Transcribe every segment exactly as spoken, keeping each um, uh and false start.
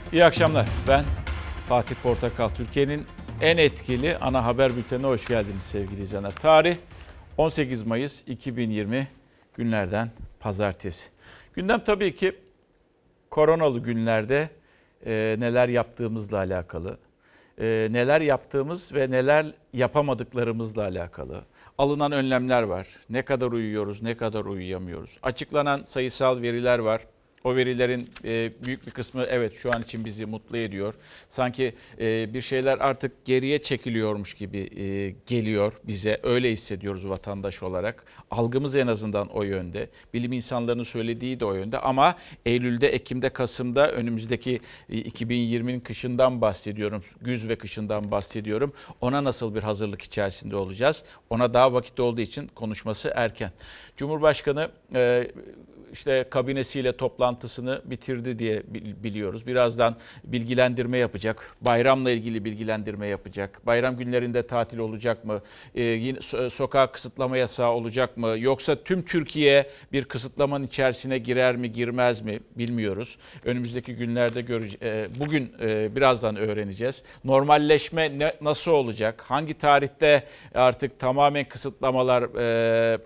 İyi akşamlar. Ben Fatih Portakal. Türkiye'nin en etkili ana haber bültenine hoş geldiniz sevgili izleyenler. Tarih on sekiz Mayıs iki bin yirmi, günlerden pazartesi. Gündem tabii ki koronalı günlerde e, neler yaptığımızla alakalı. E, neler yaptığımız ve neler yapamadıklarımızla alakalı. Alınan önlemler var. Ne kadar uyuyoruz, ne kadar uyuyamıyoruz. Açıklanan sayısal veriler var. O verilerin e, büyük bir kısmı evet şu an için bizi mutlu ediyor. Sanki e, bir şeyler artık geriye çekiliyormuş gibi e, geliyor bize. Öyle hissediyoruz vatandaş olarak. Algımız en azından o yönde. Bilim insanlarının söylediği de o yönde. Ama Eylül'de, Ekim'de, Kasım'da önümüzdeki e, iki bin yirminin kışından bahsediyorum. Güz ve kışından bahsediyorum. Ona nasıl bir hazırlık içerisinde olacağız? Ona daha vakit olduğu için konuşması erken. Cumhurbaşkanı e, işte kabinesiyle toplantısını bitirdi diye biliyoruz. Birazdan bilgilendirme yapacak. Bayramla ilgili bilgilendirme yapacak. Bayram günlerinde tatil olacak mı? Ee, yine sokağa kısıtlama yasağı olacak mı? Yoksa tüm Türkiye bir kısıtlamanın içerisine girer mi, girmez mi bilmiyoruz. Önümüzdeki günlerde göreceğiz. Bugün e, birazdan öğreneceğiz. Normalleşme ne, nasıl olacak? Hangi tarihte artık tamamen kısıtlamalar e,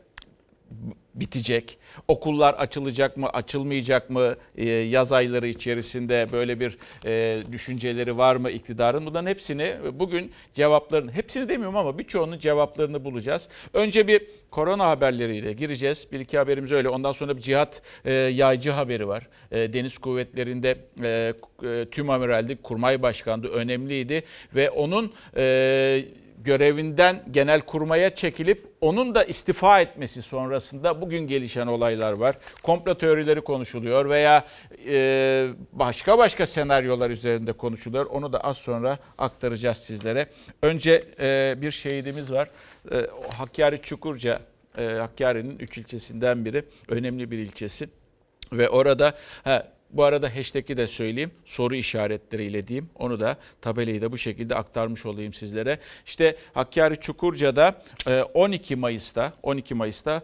bitecek? Okullar açılacak mı, açılmayacak mı? Ee, yaz ayları içerisinde böyle bir e, düşünceleri var mı iktidarın? Bunların hepsini bugün cevaplarını, hepsini demiyorum ama birçoğunun cevaplarını bulacağız. Önce bir korona haberleriyle gireceğiz. Bir iki haberimiz öyle. Ondan sonra bir Cihat e, Yaycı haberi var. E, Deniz Kuvvetleri'nde e, e, Tümamiral'de Kurmay Başkanlığı önemliydi ve onun e, görevinden genelkurmaya çekilip onun da istifa etmesi sonrasında bugün gelişen olaylar var. Komplo teorileri konuşuluyor veya e, başka başka senaryolar üzerinde konuşuluyor. Onu da az sonra aktaracağız sizlere. Önce e, bir şehidimiz var. E, Hakkari Çukurca, e, Hakkari'nin üç ilçesinden biri. Önemli bir ilçesi. Ve orada... Ha, bu arada hashtag'i de söyleyeyim, soru işaretleriyle diyeyim. Onu da tabelayı da bu şekilde aktarmış olayım sizlere. İşte Hakkari Çukurca'da on iki Mayıs'ta on iki Mayıs'ta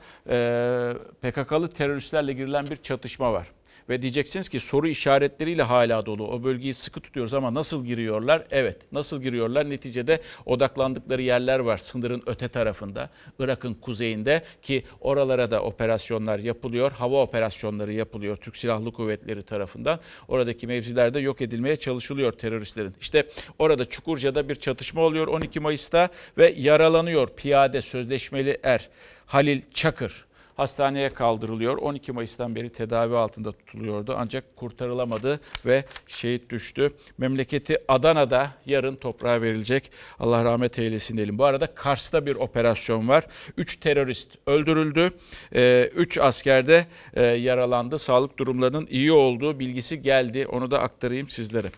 P K K'lı teröristlerle girilen bir çatışma var. Ve diyeceksiniz ki soru işaretleriyle hala dolu. O bölgeyi sıkı tutuyoruz ama nasıl giriyorlar? Evet, nasıl giriyorlar? Neticede odaklandıkları yerler var sınırın öte tarafında. Irak'ın kuzeyinde ki oralara da operasyonlar yapılıyor. Hava operasyonları yapılıyor Türk Silahlı Kuvvetleri tarafından. Oradaki mevzilerde yok edilmeye çalışılıyor teröristlerin. İşte orada Çukurca'da bir çatışma oluyor on iki Mayıs'ta ve yaralanıyor piyade sözleşmeli er Halil Çakır. Hastaneye kaldırılıyor. on iki Mayıs'tan beri tedavi altında tutuluyordu. Ancak kurtarılamadı ve şehit düştü. Memleketi Adana'da yarın toprağa verilecek. Allah rahmet eylesin diyelim. Bu arada Kars'ta bir operasyon var. üç terörist öldürüldü. üç asker de yaralandı. Sağlık durumlarının iyi olduğu bilgisi geldi. Onu da aktarayım sizlere.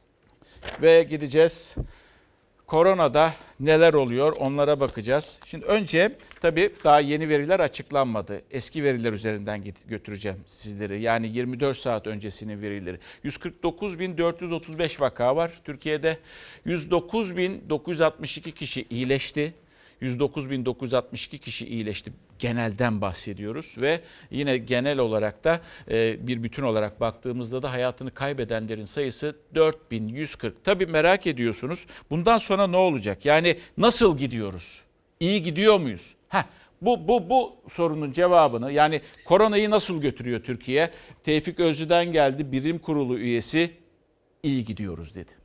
Ve gideceğiz. Koronada neler oluyor onlara bakacağız. Şimdi önce tabii daha yeni veriler açıklanmadı. Eski veriler üzerinden götüreceğim sizleri. Yani yirmi dört saat öncesinin verileri. yüz kırk dokuz bin dört yüz otuz beş vaka var Türkiye'de. yüz dokuz bin dokuz yüz altmış iki kişi iyileşti. yüz dokuz bin dokuz yüz altmış iki kişi iyileşti. Genelden bahsediyoruz ve yine genel olarak da bir bütün olarak baktığımızda da hayatını kaybedenlerin sayısı dört bin yüz kırk. Tabii merak ediyorsunuz bundan sonra ne olacak? Yani nasıl gidiyoruz? İyi gidiyor muyuz? Heh, bu, bu, bu sorunun cevabını yani koronayı nasıl götürüyor Türkiye? Tevfik Özlü'den geldi, bilim kurulu üyesi, iyi gidiyoruz dedi.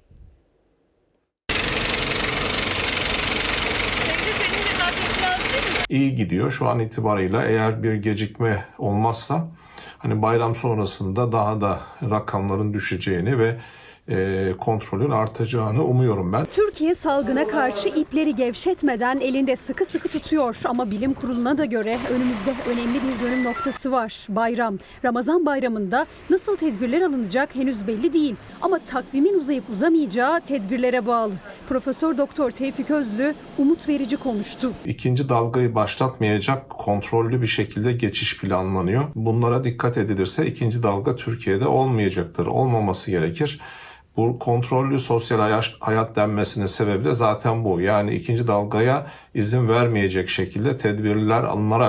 İyi gidiyor. Şu an itibarıyla eğer bir gecikme olmazsa hani bayram sonrasında daha da rakamların düşeceğini ve e, kontrolün artacağını umuyorum ben. Türkiye salgına karşı ipleri gevşetmeden elinde sıkı sıkı tutuyor ama bilim kuruluna da göre önümüzde önemli bir dönüm noktası var. Bayram. Ramazan bayramında nasıl tedbirler alınacak henüz belli değil ama takvimin uzayıp uzamayacağı tedbirlere bağlı. Profesör Doktor Tevfik Özlü umut verici konuştu. İkinci dalgayı başlatmayacak kontrollü bir şekilde geçiş planlanıyor. Bunlara dikkat edilirse ikinci dalga Türkiye'de olmayacaktır. Olmaması gerekir. Bu kontrollü sosyal hayat denmesinin sebebi de zaten bu. Yani ikinci dalgaya izin vermeyecek şekilde tedbirler alınarak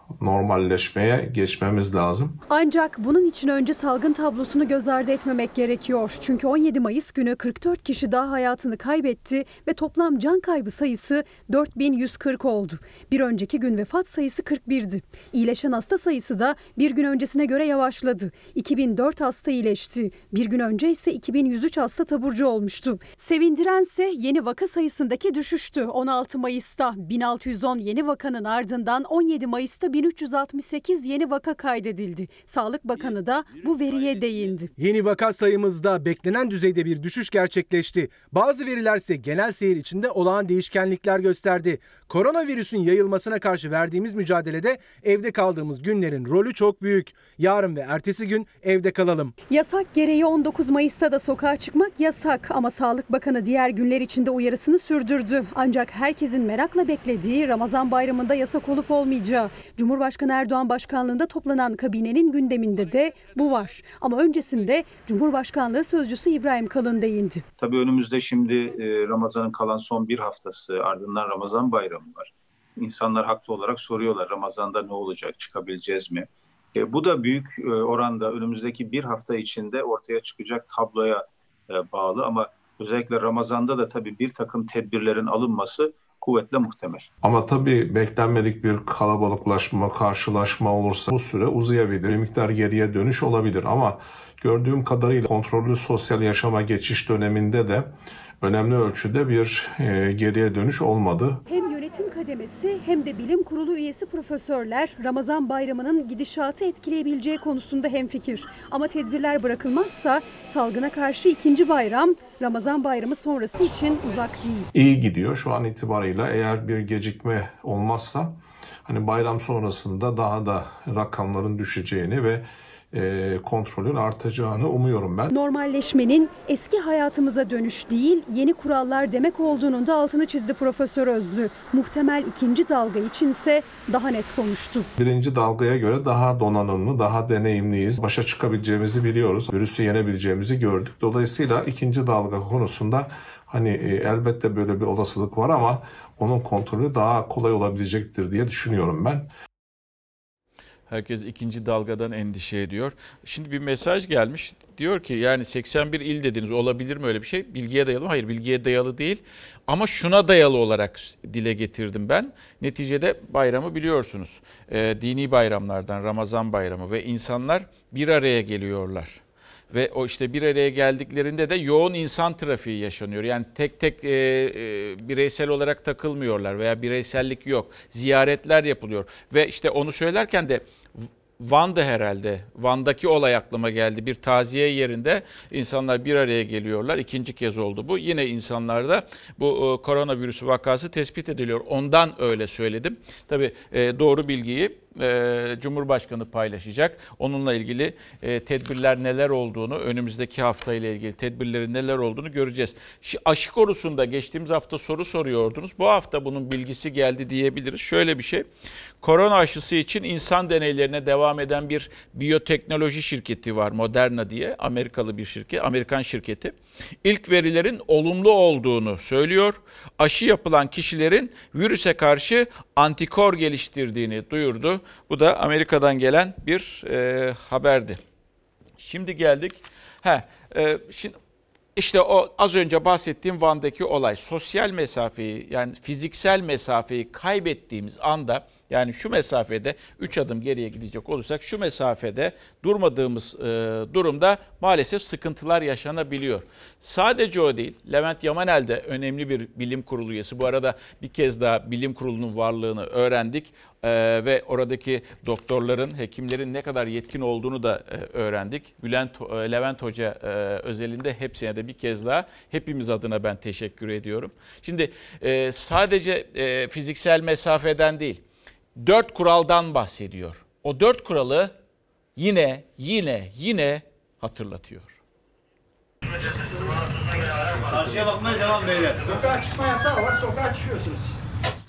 normalleşmeye geçmemiz lazım. Ancak bunun için önce salgın tablosunu göz ardı etmemek gerekiyor. Çünkü on yedi Mayıs günü kırk dört kişi daha hayatını kaybetti ve toplam can kaybı sayısı dört bin yüz kırk oldu. Bir önceki gün vefat sayısı kırk birdi. İyileşen hasta sayısı da bir gün öncesine göre yavaşladı. iki bin dört hasta iyileşti. Bir gün önce ise iki bin yüz üç hasta taburcu olmuştu. Sevindirense yeni vaka sayısındaki düşüştü. on altı Mayıs'ta bin altı yüz on yeni vakanın ardından on yedi Mayıs'ta bin üç yüz altmış sekiz yeni vaka kaydedildi. Sağlık Bakanı da bu veriye değindi. Yeni vaka sayımızda beklenen düzeyde bir düşüş gerçekleşti. Bazı veriler ise genel seyir içinde olağan değişkenlikler gösterdi. Koronavirüsün yayılmasına karşı verdiğimiz mücadelede evde kaldığımız günlerin rolü çok büyük. Yarın ve ertesi gün evde kalalım. Yasak gereği on dokuz Mayıs'ta da sokağa çıkmak yasak ama Sağlık Bakanı diğer günler içinde uyarısını sürdürdü. Ancak herkesin merakla beklediği Ramazan Bayramı'nda yasak olup olmayacağı. Cumhurbaşkanı Erdoğan başkanlığında toplanan kabinenin gündeminde de bu var. Ama öncesinde Cumhurbaşkanlığı Sözcüsü İbrahim Kalın değindi. Tabii önümüzde şimdi Ramazan'ın kalan son bir haftası, ardından Ramazan Bayramı var. İnsanlar haklı olarak soruyorlar, Ramazan'da ne olacak, çıkabileceğiz mi? E, bu da büyük e, oranda önümüzdeki bir hafta içinde ortaya çıkacak tabloya e, bağlı ama özellikle Ramazan'da da tabii bir takım tedbirlerin alınması kuvvetle muhtemel. Ama tabii beklenmedik bir kalabalıklaşma, karşılaşma olursa bu süre uzayabilir. Bir miktar geriye dönüş olabilir ama gördüğüm kadarıyla kontrollü sosyal yaşama geçiş döneminde de önemli ölçüde bir e, geriye dönüş olmadı. Hem yönetim kademesi hem de bilim kurulu üyesi profesörler Ramazan Bayramı'nın gidişatı etkileyebileceği konusunda hemfikir. Ama tedbirler bırakılmazsa salgına karşı ikinci bayram Ramazan Bayramı sonrası için uzak değil. İyi gidiyor şu an itibarıyla, eğer bir gecikme olmazsa hani bayram sonrasında daha da rakamların düşeceğini ve E, kontrolün artacağını umuyorum ben. Normalleşmenin eski hayatımıza dönüş değil, yeni kurallar demek olduğunun da altını çizdi Profesör Özlü. Muhtemel ikinci dalga içinse daha net konuştu. Birinci dalgaya göre daha donanımlı, daha deneyimliyiz. Başa çıkabileceğimizi biliyoruz. Virüsü yenebileceğimizi gördük. Dolayısıyla ikinci dalga konusunda hani e, elbette böyle bir olasılık var ama onun kontrolü daha kolay olabilecektir diye düşünüyorum ben. Herkes ikinci dalgadan endişe ediyor. Şimdi bir mesaj gelmiş. Diyor ki yani seksen bir il dediniz, olabilir mi öyle bir şey? Bilgiye dayalı mı? Hayır, bilgiye dayalı değil. Ama şuna dayalı olarak dile getirdim ben. Neticede bayramı biliyorsunuz. Ee, dini bayramlardan Ramazan bayramı ve insanlar bir araya geliyorlar. Ve o işte bir araya geldiklerinde de yoğun insan trafiği yaşanıyor. Yani tek tek e, e, bireysel olarak takılmıyorlar veya bireysellik yok. Ziyaretler yapılıyor. Ve işte onu söylerken de Van'da herhalde, Van'daki olay aklıma geldi. Bir taziye yerinde insanlar bir araya geliyorlar. İkinci kez oldu bu. Yine insanlarda bu e, koronavirüs vakası tespit ediliyor. Ondan öyle söyledim. Tabii e, doğru bilgiyi e, Cumhurbaşkanı paylaşacak. Onunla ilgili e, tedbirler neler olduğunu, önümüzdeki hafta ile ilgili tedbirlerin neler olduğunu göreceğiz. Şu aşı konusunda geçtiğimiz hafta soru soruyordunuz. Bu hafta bunun bilgisi geldi diyebiliriz. Şöyle bir şey. Korona aşısı için insan deneylerine devam eden bir biyoteknoloji şirketi var, Moderna diye, Amerikalı bir şirket, Amerikan şirketi. İlk verilerin olumlu olduğunu söylüyor. Aşı yapılan kişilerin virüse karşı antikor geliştirdiğini duyurdu. Bu da Amerika'dan gelen bir e, haberdi. Şimdi geldik. He, e, şimdi işte o az önce bahsettiğim Van'daki olay. Sosyal mesafeyi, yani fiziksel mesafeyi kaybettiğimiz anda, yani şu mesafede üç adım geriye gidecek olursak şu mesafede durmadığımız e, durumda maalesef sıkıntılar yaşanabiliyor. Sadece o değil, Levent Yamanel de önemli bir bilim kurulu üyesi. Bu arada bir kez daha bilim kurulunun varlığını öğrendik e, ve oradaki doktorların, hekimlerin ne kadar yetkin olduğunu da e, öğrendik. Bülent, e, Levent Hoca e, özelinde hepsine de bir kez daha hepimiz adına ben teşekkür ediyorum. Şimdi e, sadece e, fiziksel mesafeden değil, dört kuraldan bahsediyor. O dört kuralı yine, yine, yine hatırlatıyor. Karşıya bakmaya devam beyler. Sokağa çıkma yasağı var, sokağa çıkıyorsunuz siz.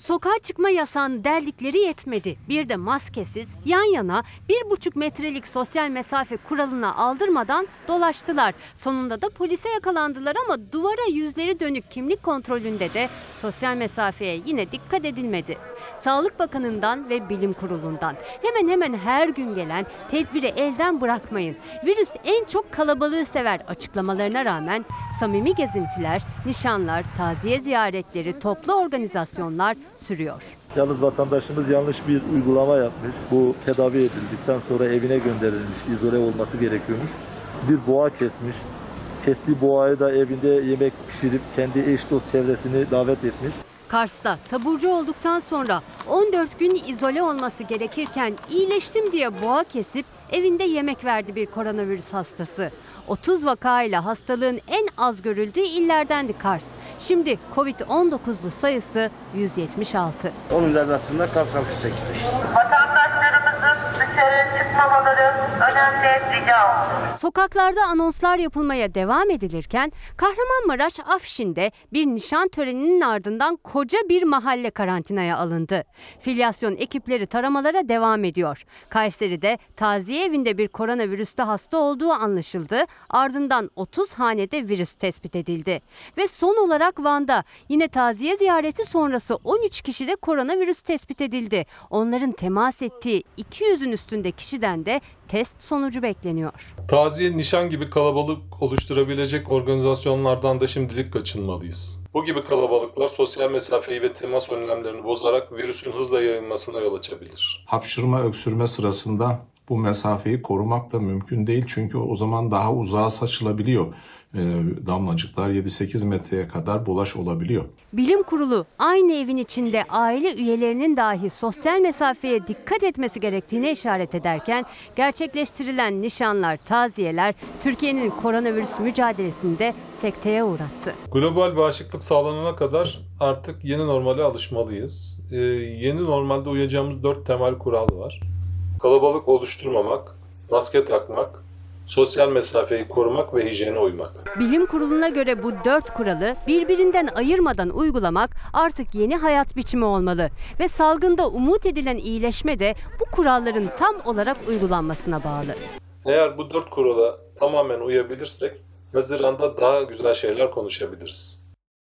Sokağa çıkma yasağını deldikleri yetmedi. Bir de maskesiz, yan yana bir buçuk metrelik sosyal mesafe kuralına aldırmadan dolaştılar. Sonunda da polise yakalandılar ama duvara yüzleri dönük kimlik kontrolünde de sosyal mesafeye yine dikkat edilmedi. Sağlık Bakanı'ndan ve Bilim Kurulu'ndan hemen hemen her gün gelen tedbiri elden bırakmayın, virüs en çok kalabalığı sever açıklamalarına rağmen samimi gezintiler, nişanlar, taziye ziyaretleri, toplu organizasyonlar sürüyor. Yalnız vatandaşımız yanlış bir uygulama yapmış. Bu tedavi edildikten sonra evine gönderilmiş, izole olması gerekiyormuş. Bir boğa kesmiş. Kestiği boğayı da evinde yemek pişirip kendi eş dost çevresini davet etmiş. Kars'ta taburcu olduktan sonra on dört gün izole olması gerekirken iyileştim diye boğa kesip evinde yemek verdi bir koronavirüs hastası. otuz vakayla hastalığın en az görüldüğü illerdendi Kars. Şimdi Covid on dokuzlu sayısı yüz yetmiş altı. Onun cezasında Kars halkı çekecek. Vatandaşlarımızın dışarı çıkmamaları önemli rica olunur. Sokaklarda anonslar yapılmaya devam edilirken Kahramanmaraş Afşin'de bir nişan töreninin ardından koca bir mahalle karantinaya alındı. Filyasyon ekipleri taramalara devam ediyor. Kayseri'de taziye evinde bir koronavirüste hasta olduğu anlaşıldı. Ardından otuz hanede virüs tespit edildi. Ve son olarak Van'da yine taziye ziyareti sonrası on üç kişide koronavirüs tespit edildi. Onların temas ettiği iki yüzün üstünde kişiden de test sonucu bekleniyor. Taziye, nişan gibi kalabalık oluşturabilecek organizasyonlardan da şimdilik kaçınmalıyız. Bu gibi kalabalıklar sosyal mesafeyi ve temas önlemlerini bozarak virüsün hızla yayılmasına yol açabilir. Hapşırma, öksürme sırasında bu mesafeyi korumak da mümkün değil. Çünkü o zaman daha uzağa saçılabiliyor. Damlacıklar yedi sekiz metreye kadar bulaş olabiliyor. Bilim Kurulu aynı evin içinde aile üyelerinin dahi sosyal mesafeye dikkat etmesi gerektiğine işaret ederken gerçekleştirilen nişanlar, taziyeler Türkiye'nin koronavirüs mücadelesinde sekteye uğrattı. Global bağışıklık sağlanana kadar artık yeni normale alışmalıyız. Ee, yeni normalde uyacağımız dört temel kural var. Kalabalık oluşturmamak, maske takmak, sosyal mesafeyi korumak ve hijyene uymak. Bilim Kurulu'na göre bu dört kuralı birbirinden ayırmadan uygulamak artık yeni hayat biçimi olmalı. Ve salgında umut edilen iyileşme de bu kuralların tam olarak uygulanmasına bağlı. Eğer bu dört kurala tamamen uyabilirsek Haziran'da daha güzel şeyler konuşabiliriz.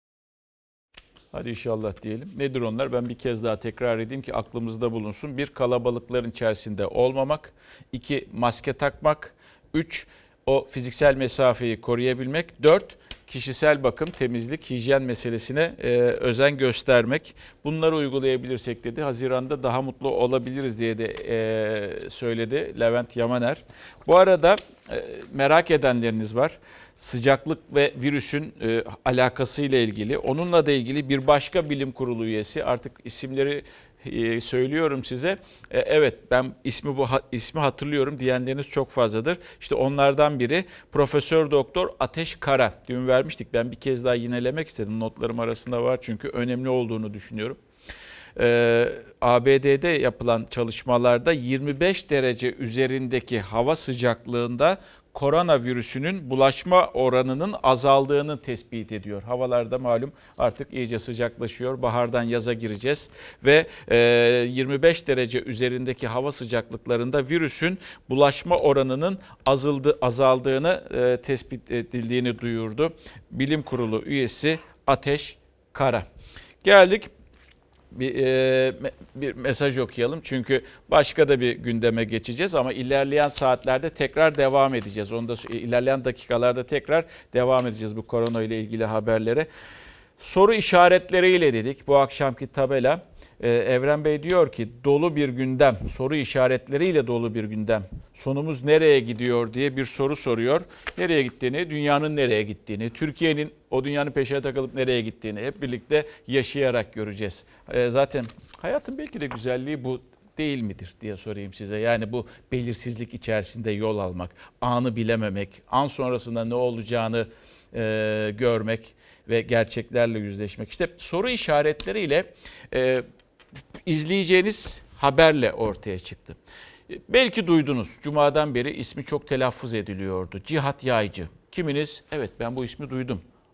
Hadi inşallah diyelim. Nedir onlar? Ben bir kez daha tekrar edeyim ki aklımızda bulunsun. Bir, kalabalıkların içerisinde olmamak. İki, maske takmak. Üç, o fiziksel mesafeyi koruyabilmek. Dört, kişisel bakım, temizlik, hijyen meselesine e, özen göstermek. Bunları uygulayabilirsek dedi. Haziran'da daha mutlu olabiliriz diye de e, söyledi Levent Yamaner. Bu arada e, merak edenleriniz var. Sıcaklık ve virüsün e, alakasıyla ilgili, onunla da ilgili bir başka bilim kurulu üyesi, artık isimleri e, söylüyorum size. E, evet, ben ismi bu ismi hatırlıyorum diyenleriniz çok fazladır. İşte onlardan biri Profesör Doktor Ateş Kara. Dün vermiştik. Ben bir kez daha yinelemek istedim. Notlarım arasında var çünkü önemli olduğunu düşünüyorum. Ee, A B D'de yapılan çalışmalarda yirmi beş derece üzerindeki hava sıcaklığında koronavirüsünün bulaşma oranının azaldığını tespit ediyor. Havalarda malum artık iyice sıcaklaşıyor. Bahardan yaza gireceğiz ve yirmi beş derece üzerindeki hava sıcaklıklarında virüsün bulaşma oranının azaldı, azaldığını tespit edildiğini duyurdu. Bilim Kurulu üyesi Ateş Kara. Geldik. Bir, e, bir mesaj okuyalım çünkü başka da bir gündeme geçeceğiz ama ilerleyen saatlerde tekrar devam edeceğiz. Onu da ilerleyen dakikalarda tekrar devam edeceğiz bu korona ile ilgili haberlere. Soru işaretleriyle dedik bu akşamki tabela. Ee, Evren Bey diyor ki dolu bir gündem, soru işaretleriyle dolu bir gündem. Sonumuz nereye gidiyor diye bir soru soruyor. Nereye gittiğini, dünyanın nereye gittiğini, Türkiye'nin o dünyanın peşine takılıp nereye gittiğini hep birlikte yaşayarak göreceğiz. Ee, zaten hayatın belki de güzelliği bu değil midir diye sorayım size. Yani bu belirsizlik içerisinde yol almak, anı bilememek, an sonrasında ne olacağını e, görmek ve gerçeklerle yüzleşmek. İşte soru işaretleriyle e, izleyeceğiniz haberle ortaya çıktı. Belki duydunuz. Cuma'dan beri ismi çok telaffuz ediliyordu. Cihat Yaycı. Kiminiz? Evet, ben bu ismi duydum.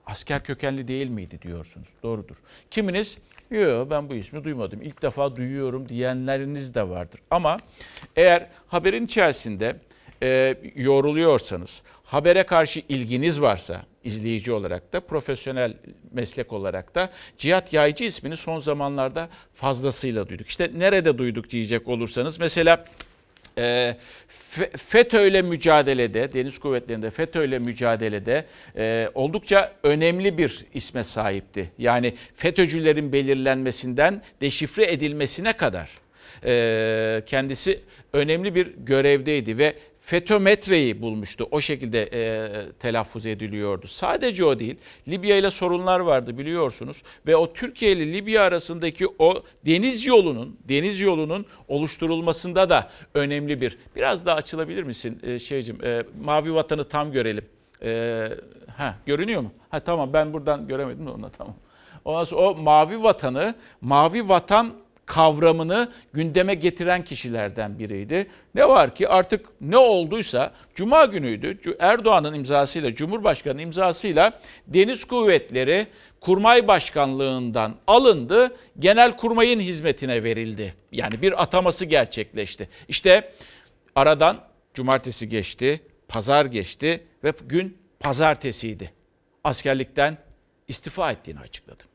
asker kökenli değil miydi diyorsunuz. Doğrudur. Kiminiz yok ben bu ismi duymadım, İlk defa duyuyorum diyenleriniz de vardır. Ama eğer haberin içerisinde e, yoruluyorsanız, habere karşı ilginiz varsa izleyici olarak da, profesyonel meslek olarak da Cihat Yaycı ismini son zamanlarda fazlasıyla duyduk. İşte nerede duyduk diyecek olursanız mesela e, FETÖ'yle mücadelede, Deniz Kuvvetleri'nde FETÖ'yle mücadelede e, oldukça önemli bir isme sahipti. Yani FETÖ'cülerin belirlenmesinden deşifre edilmesine kadar e, kendisi önemli bir görevdeydi ve FETÖmetreyi bulmuştu. O şekilde e, telaffuz ediliyordu. Sadece o değil. Libya ile sorunlar vardı biliyorsunuz ve o Türkiye ile Libya arasındaki o deniz yolunun deniz yolunun oluşturulmasında da önemli bir. Biraz daha açılabilir misin e, şeycim? E, Mavi Vatan'ı tam görelim. E, ha görünüyor mu? Ha tamam, ben buradan göremedim de ona tamam. Ondan sonra o Mavi Vatan'ı, Mavi Vatan kavramını gündeme getiren kişilerden biriydi. Ne var ki artık ne olduysa Cuma günüydü. Erdoğan'ın imzasıyla, Cumhurbaşkanı'nın imzasıyla Deniz Kuvvetleri Kurmay Başkanlığından alındı, Genelkurmay'ın hizmetine verildi. Yani bir ataması gerçekleşti. İşte aradan cumartesi geçti, pazar geçti ve gün pazartesiydi. Askerlikten istifa ettiğini açıkladı.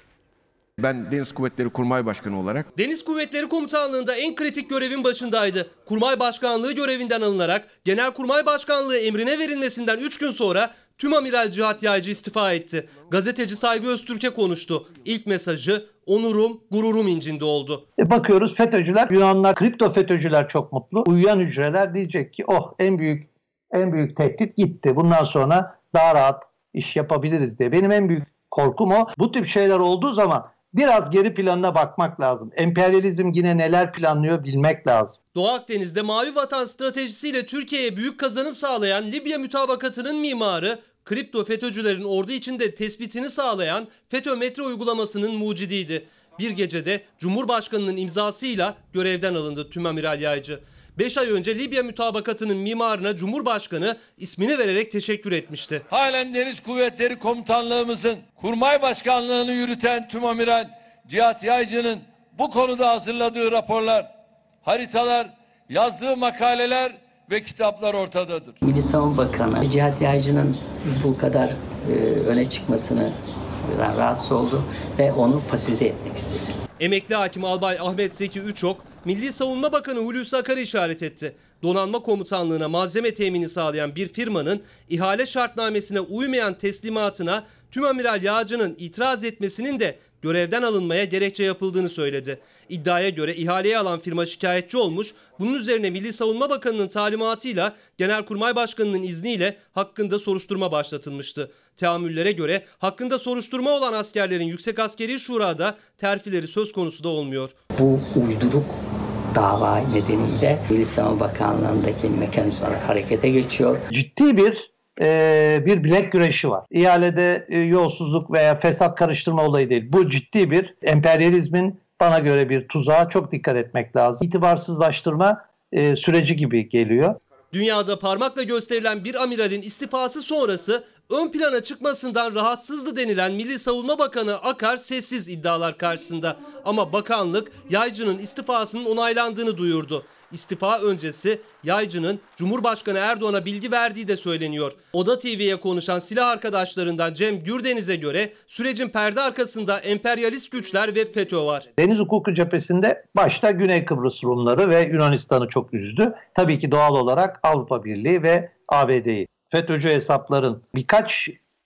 Ben Deniz Kuvvetleri Kurmay Başkanı olarak Deniz Kuvvetleri Komutanlığı'nda en kritik görevin başındaydı. Kurmay Başkanlığı görevinden alınarak Genelkurmay Başkanlığı emrine verilmesinden üç gün sonra Tümamiral Cihat Yaycı istifa etti. Gazeteci Saygı Öztürk'e konuştu. İlk mesajı onurum, gururum incinde oldu. E bakıyoruz FETÖ'cüler, Yunanlar, kripto FETÖ'cüler çok mutlu. Uyuyan hücreler diyecek ki oh en büyük en büyük tehdit gitti. Bundan sonra daha rahat iş yapabiliriz diye. Benim en büyük korkum o. Bu tip şeyler olduğu zaman biraz geri planına bakmak lazım. Emperyalizm yine neler planlıyor bilmek lazım. Doğu Akdeniz'de Mavi Vatan stratejisiyle Türkiye'ye büyük kazanım sağlayan Libya mütabakatının mimarı, kripto FETÖ'cülerin ordu içinde tespitini sağlayan FETÖmetre uygulamasının mucidiydi. Bir gecede Cumhurbaşkanı'nın imzasıyla görevden alındı Tümamiral Yaycı. beş ay önce Libya mütabakatının mimarına Cumhurbaşkanı ismini vererek teşekkür etmişti. Halen Deniz Kuvvetleri Komutanlığımızın Kurmay Başkanlığını yürüten Tümamiral Cihat Yaycı'nın bu konuda hazırladığı raporlar, haritalar, yazdığı makaleler ve kitaplar ortadadır. Milli Savunma Bakanı Cihat Yaycı'nın bu kadar e, öne çıkmasını rahatsız oldu ve onu pasifize etmek istedi. Emekli Hakim Albay Ahmet Zeki Üçok, Milli Savunma Bakanı Hulusi Akar'ı işaret etti. Donanma Komutanlığı'na malzeme temini sağlayan bir firmanın ihale şartnamesine uymayan teslimatına Tümamiral Yaycı'nın itiraz etmesinin de görevden alınmaya gerekçe yapıldığını söyledi. İddiaya göre ihaleyi alan firma şikayetçi olmuş, bunun üzerine Milli Savunma Bakanı'nın talimatıyla Genelkurmay Başkanı'nın izniyle hakkında soruşturma başlatılmıştı. Teamüllere göre hakkında soruşturma olan askerlerin Yüksek Askeri Şura'da terfileri söz konusu da olmuyor. Bu uyduruk dava nedeniyle Milli Savunma Bakanlığı'ndaki mekanizmalar harekete geçiyor. Ciddi bir e, bir bilek güreşi var. İhalede e, yolsuzluk veya fesat karıştırma olayı değil. Bu ciddi bir emperyalizmin bana göre bir tuzağa, çok dikkat etmek lazım. İtibarsızlaştırma e, süreci gibi geliyor. Dünyada parmakla gösterilen bir amiralin istifası sonrası ön plana çıkmasından rahatsızdı denilen Milli Savunma Bakanı Akar sessiz iddialar karşısında. Ama bakanlık Yaycı'nın istifasının onaylandığını duyurdu. İstifa öncesi Yaycı'nın Cumhurbaşkanı Erdoğan'a bilgi verdiği de söyleniyor. Oda T V'ye konuşan silah arkadaşlarından Cem Gürdeniz'e göre sürecin perde arkasında emperyalist güçler ve FETÖ var. Deniz hukuku cephesinde başta Güney Kıbrıs Rumları ve Yunanistan'ı çok üzdü. Tabii ki doğal olarak Avrupa Birliği ve A B D'yi. FETÖ'cü hesapların birkaç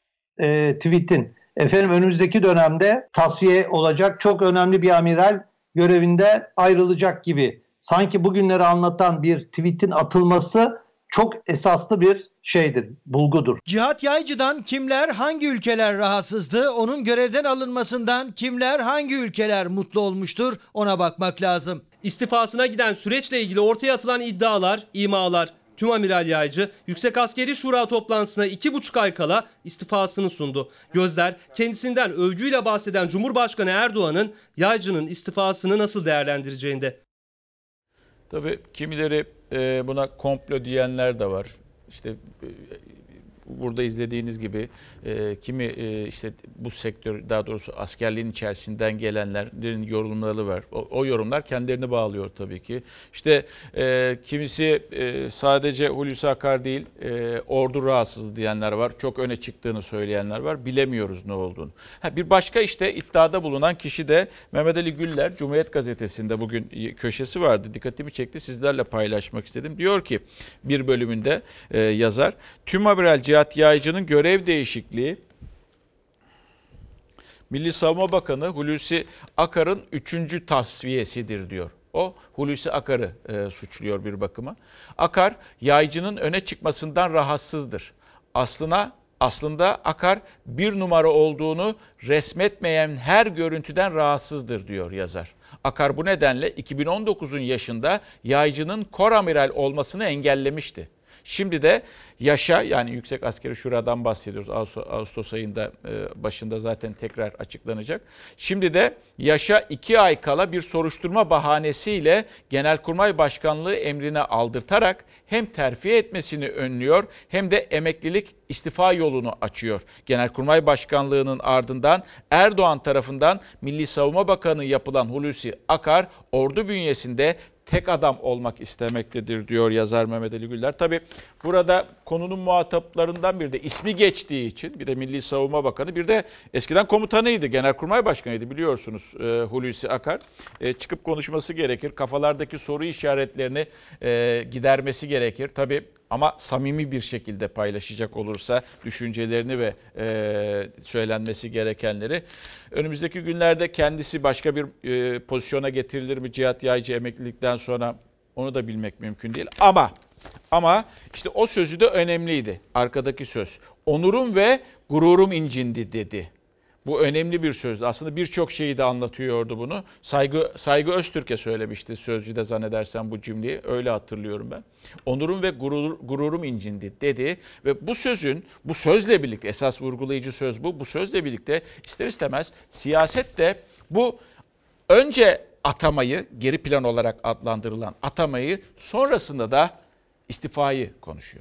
e, tweetin efendim önümüzdeki dönemde tasfiye olacak çok önemli bir amiral görevinde ayrılacak gibi sanki bugünleri anlatan bir tweetin atılması çok esaslı bir şeydir, bulgudur. Cihat Yaycı'dan kimler, hangi ülkeler rahatsızdı? Onun görevden alınmasından kimler, hangi ülkeler mutlu olmuştur? Ona bakmak lazım. İstifasına giden süreçle ilgili ortaya atılan iddialar, imalar. Tümamiral Yaycı Yüksek Askeri Şura toplantısına iki buçuk ay kala istifasını sundu. Gözler kendisinden övgüyle bahseden Cumhurbaşkanı Erdoğan'ın Yaycı'nın istifasını nasıl değerlendireceğinde. Tabii kimileri buna komplo diyenler de var. İşte burada izlediğiniz gibi e, kimi e, işte bu sektör, daha doğrusu askerliğin içerisinden gelenlerin yorumları var. O, o yorumlar kendilerini bağlıyor tabii ki. İşte e, kimisi e, sadece Hulusi Akar değil, e, ordu rahatsız diyenler var. Çok öne çıktığını söyleyenler var. Bilemiyoruz ne olduğunu. Ha, bir başka işte iddiada bulunan kişi de Mehmet Ali Güller. Cumhuriyet Gazetesi'nde bugün köşesi vardı. Dikkatimi çekti. Sizlerle paylaşmak istedim. Diyor ki bir bölümünde e, yazar. Tümamiral Cihat Yaycı'nın görev değişikliği Milli Savunma Bakanı Hulusi Akar'ın üçüncü tasfiyesidir diyor. O Hulusi Akar'ı e, suçluyor bir bakıma. Akar, Yaycı'nın öne çıkmasından rahatsızdır. Aslına Aslında Akar bir numara olduğunu resmetmeyen her görüntüden rahatsızdır diyor yazar. Akar bu nedenle iki bin on dokuzun yaşında Yaycı'nın koramiral olmasını engellemişti. Şimdi de yaşa, yani Yüksek Askeri Şura'dan bahsediyoruz. Ağustos ayında başında zaten tekrar açıklanacak. Şimdi de yaşa iki ay kala bir soruşturma bahanesiyle Genelkurmay Başkanlığı emrine aldırtarak hem terfi etmesini önlüyor hem de emeklilik istifa yolunu açıyor. Genelkurmay Başkanlığı'nın ardından Erdoğan tarafından Milli Savunma Bakanı yapılan Hulusi Akar ordu bünyesinde tek adam olmak istemektedir diyor yazar Mehmet Ali Güller. Tabii burada konunun muhataplarından biri de ismi geçtiği için, bir de Milli Savunma Bakanı, bir de eskiden komutanıydı, Genelkurmay Başkanıydı biliyorsunuz e, Hulusi Akar. E, çıkıp konuşması gerekir, kafalardaki soru işaretlerini e, gidermesi gerekir. Tabii ama samimi bir şekilde paylaşacak olursa düşüncelerini ve e, söylenmesi gerekenleri. Önümüzdeki günlerde kendisi başka bir e, pozisyona getirilir mi Cihat Yaycı emeklilikten sonra, onu da bilmek mümkün değil. Ama ama işte o sözü de önemliydi. Arkadaki söz. Onurum ve gururum incindi dedi. Bu önemli bir sözdü. Aslında birçok şeyi de anlatıyordu bunu. Saygı Saygı Öztürk'e söylemişti Sözcü'de zannedersem bu cümleyi. Öyle hatırlıyorum ben. Onurum ve gurur, gururum incindi dedi. Ve bu sözün, bu sözle birlikte, esas vurgulayıcı söz bu. Bu sözle birlikte ister istemez siyaset de bu önce atamayı, geri plan olarak adlandırılan atamayı, sonrasında da istifayı konuşuyor.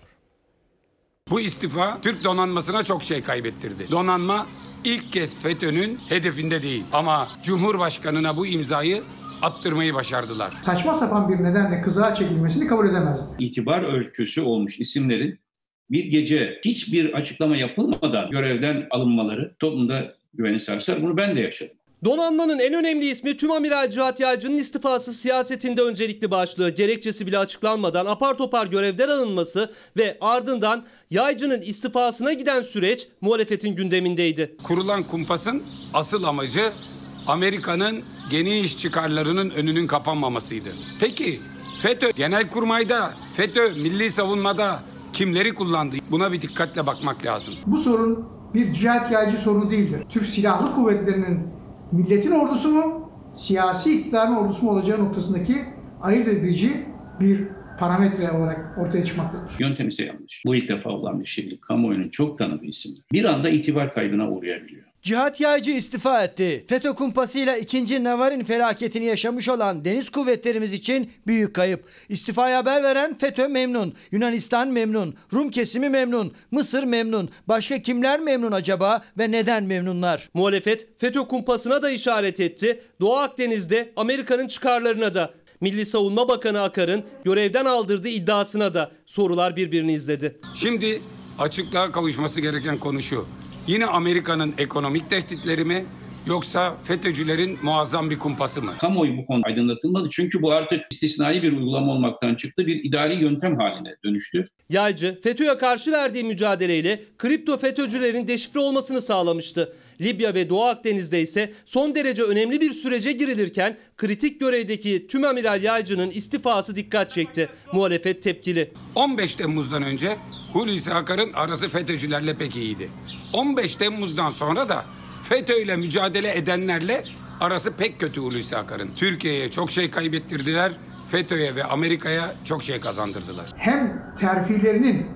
Bu istifa Türk donanmasına çok şey kaybettirdi. Donanma ilk kez FETÖ'nün hedefinde değil. Ama Cumhurbaşkanı'na bu imzayı attırmayı başardılar. Saçma sapan bir nedenle kızığa çekilmesini kabul edemezdi. İtibar ölçüsü olmuş isimlerin bir gece hiçbir açıklama yapılmadan görevden alınmaları toplumda güveni sarsar. Bunu ben de yaşadım. Donanmanın en önemli ismi Tümamiral Cihat Yaycı'nın istifası siyasetinde öncelikli başlığı. Gerekçesi bile açıklanmadan apar topar görevden alınması ve ardından Yaycı'nın istifasına giden süreç muhalefetin gündemindeydi. Kurulan kumpasın asıl amacı Amerika'nın geniş çıkarlarının önünün kapanmamasıydı. Peki FETÖ Genelkurmay'da, FETÖ Milli Savunma'da kimleri kullandı? Buna bir dikkatle bakmak lazım. Bu sorun bir Cihat Yaycı sorunu değildir. Türk Silahlı Kuvvetleri'nin milletin ordusu mu, siyasi iktidarın ordusu mu olacağı noktasındaki ayırt edici bir parametre olarak ortaya çıkmaktadır. Yöntem ise yanlış. Bu ilk defa olan bir şey. Kamuoyunun çok tanıdığı isimler bir anda itibar kaybına uğrayabiliyor. Cihat Yaycı istifa etti. FETÖ kumpasıyla ikinci Navarin felaketini yaşamış olan deniz kuvvetlerimiz için büyük kayıp. İstifaya haber veren FETÖ memnun, Yunanistan memnun, Rum kesimi memnun, Mısır memnun. Başka kimler memnun acaba ve neden memnunlar? Muhalefet FETÖ kumpasına da işaret etti. Doğu Akdeniz'de Amerika'nın çıkarlarına da. Milli Savunma Bakanı Akar'ın görevden aldırdığı iddiasına da sorular birbirini izledi. Şimdi açıklığa kavuşması gereken konu şu. Yine Amerika'nın ekonomik tehditleri mi yoksa FETÖ'cülerin muazzam bir kumpası mı? Kamuoyu bu konuda aydınlatılmadı çünkü bu artık istisnai bir uygulama olmaktan çıktı, bir idari yöntem haline dönüştü. Yaycı FETÖ'ye karşı verdiği mücadeleyle kripto FETÖ'cülerin deşifre olmasını sağlamıştı. Libya ve Doğu Akdeniz'de ise son derece önemli bir sürece girilirken kritik görevdeki Tümamiral Yaycı'nın istifası dikkat çekti. Muhalefet tepkili. on beş Temmuz'dan önce Hulusi Akar'ın arası FETÖ'cülerle pek iyiydi. on beş Temmuz'dan sonra da FETÖ ile mücadele edenlerle arası pek kötü Hulusi Akar'ın. Türkiye'ye çok şey kaybettirdiler, FETÖ'ye ve Amerika'ya çok şey kazandırdılar. Hem terfilerinin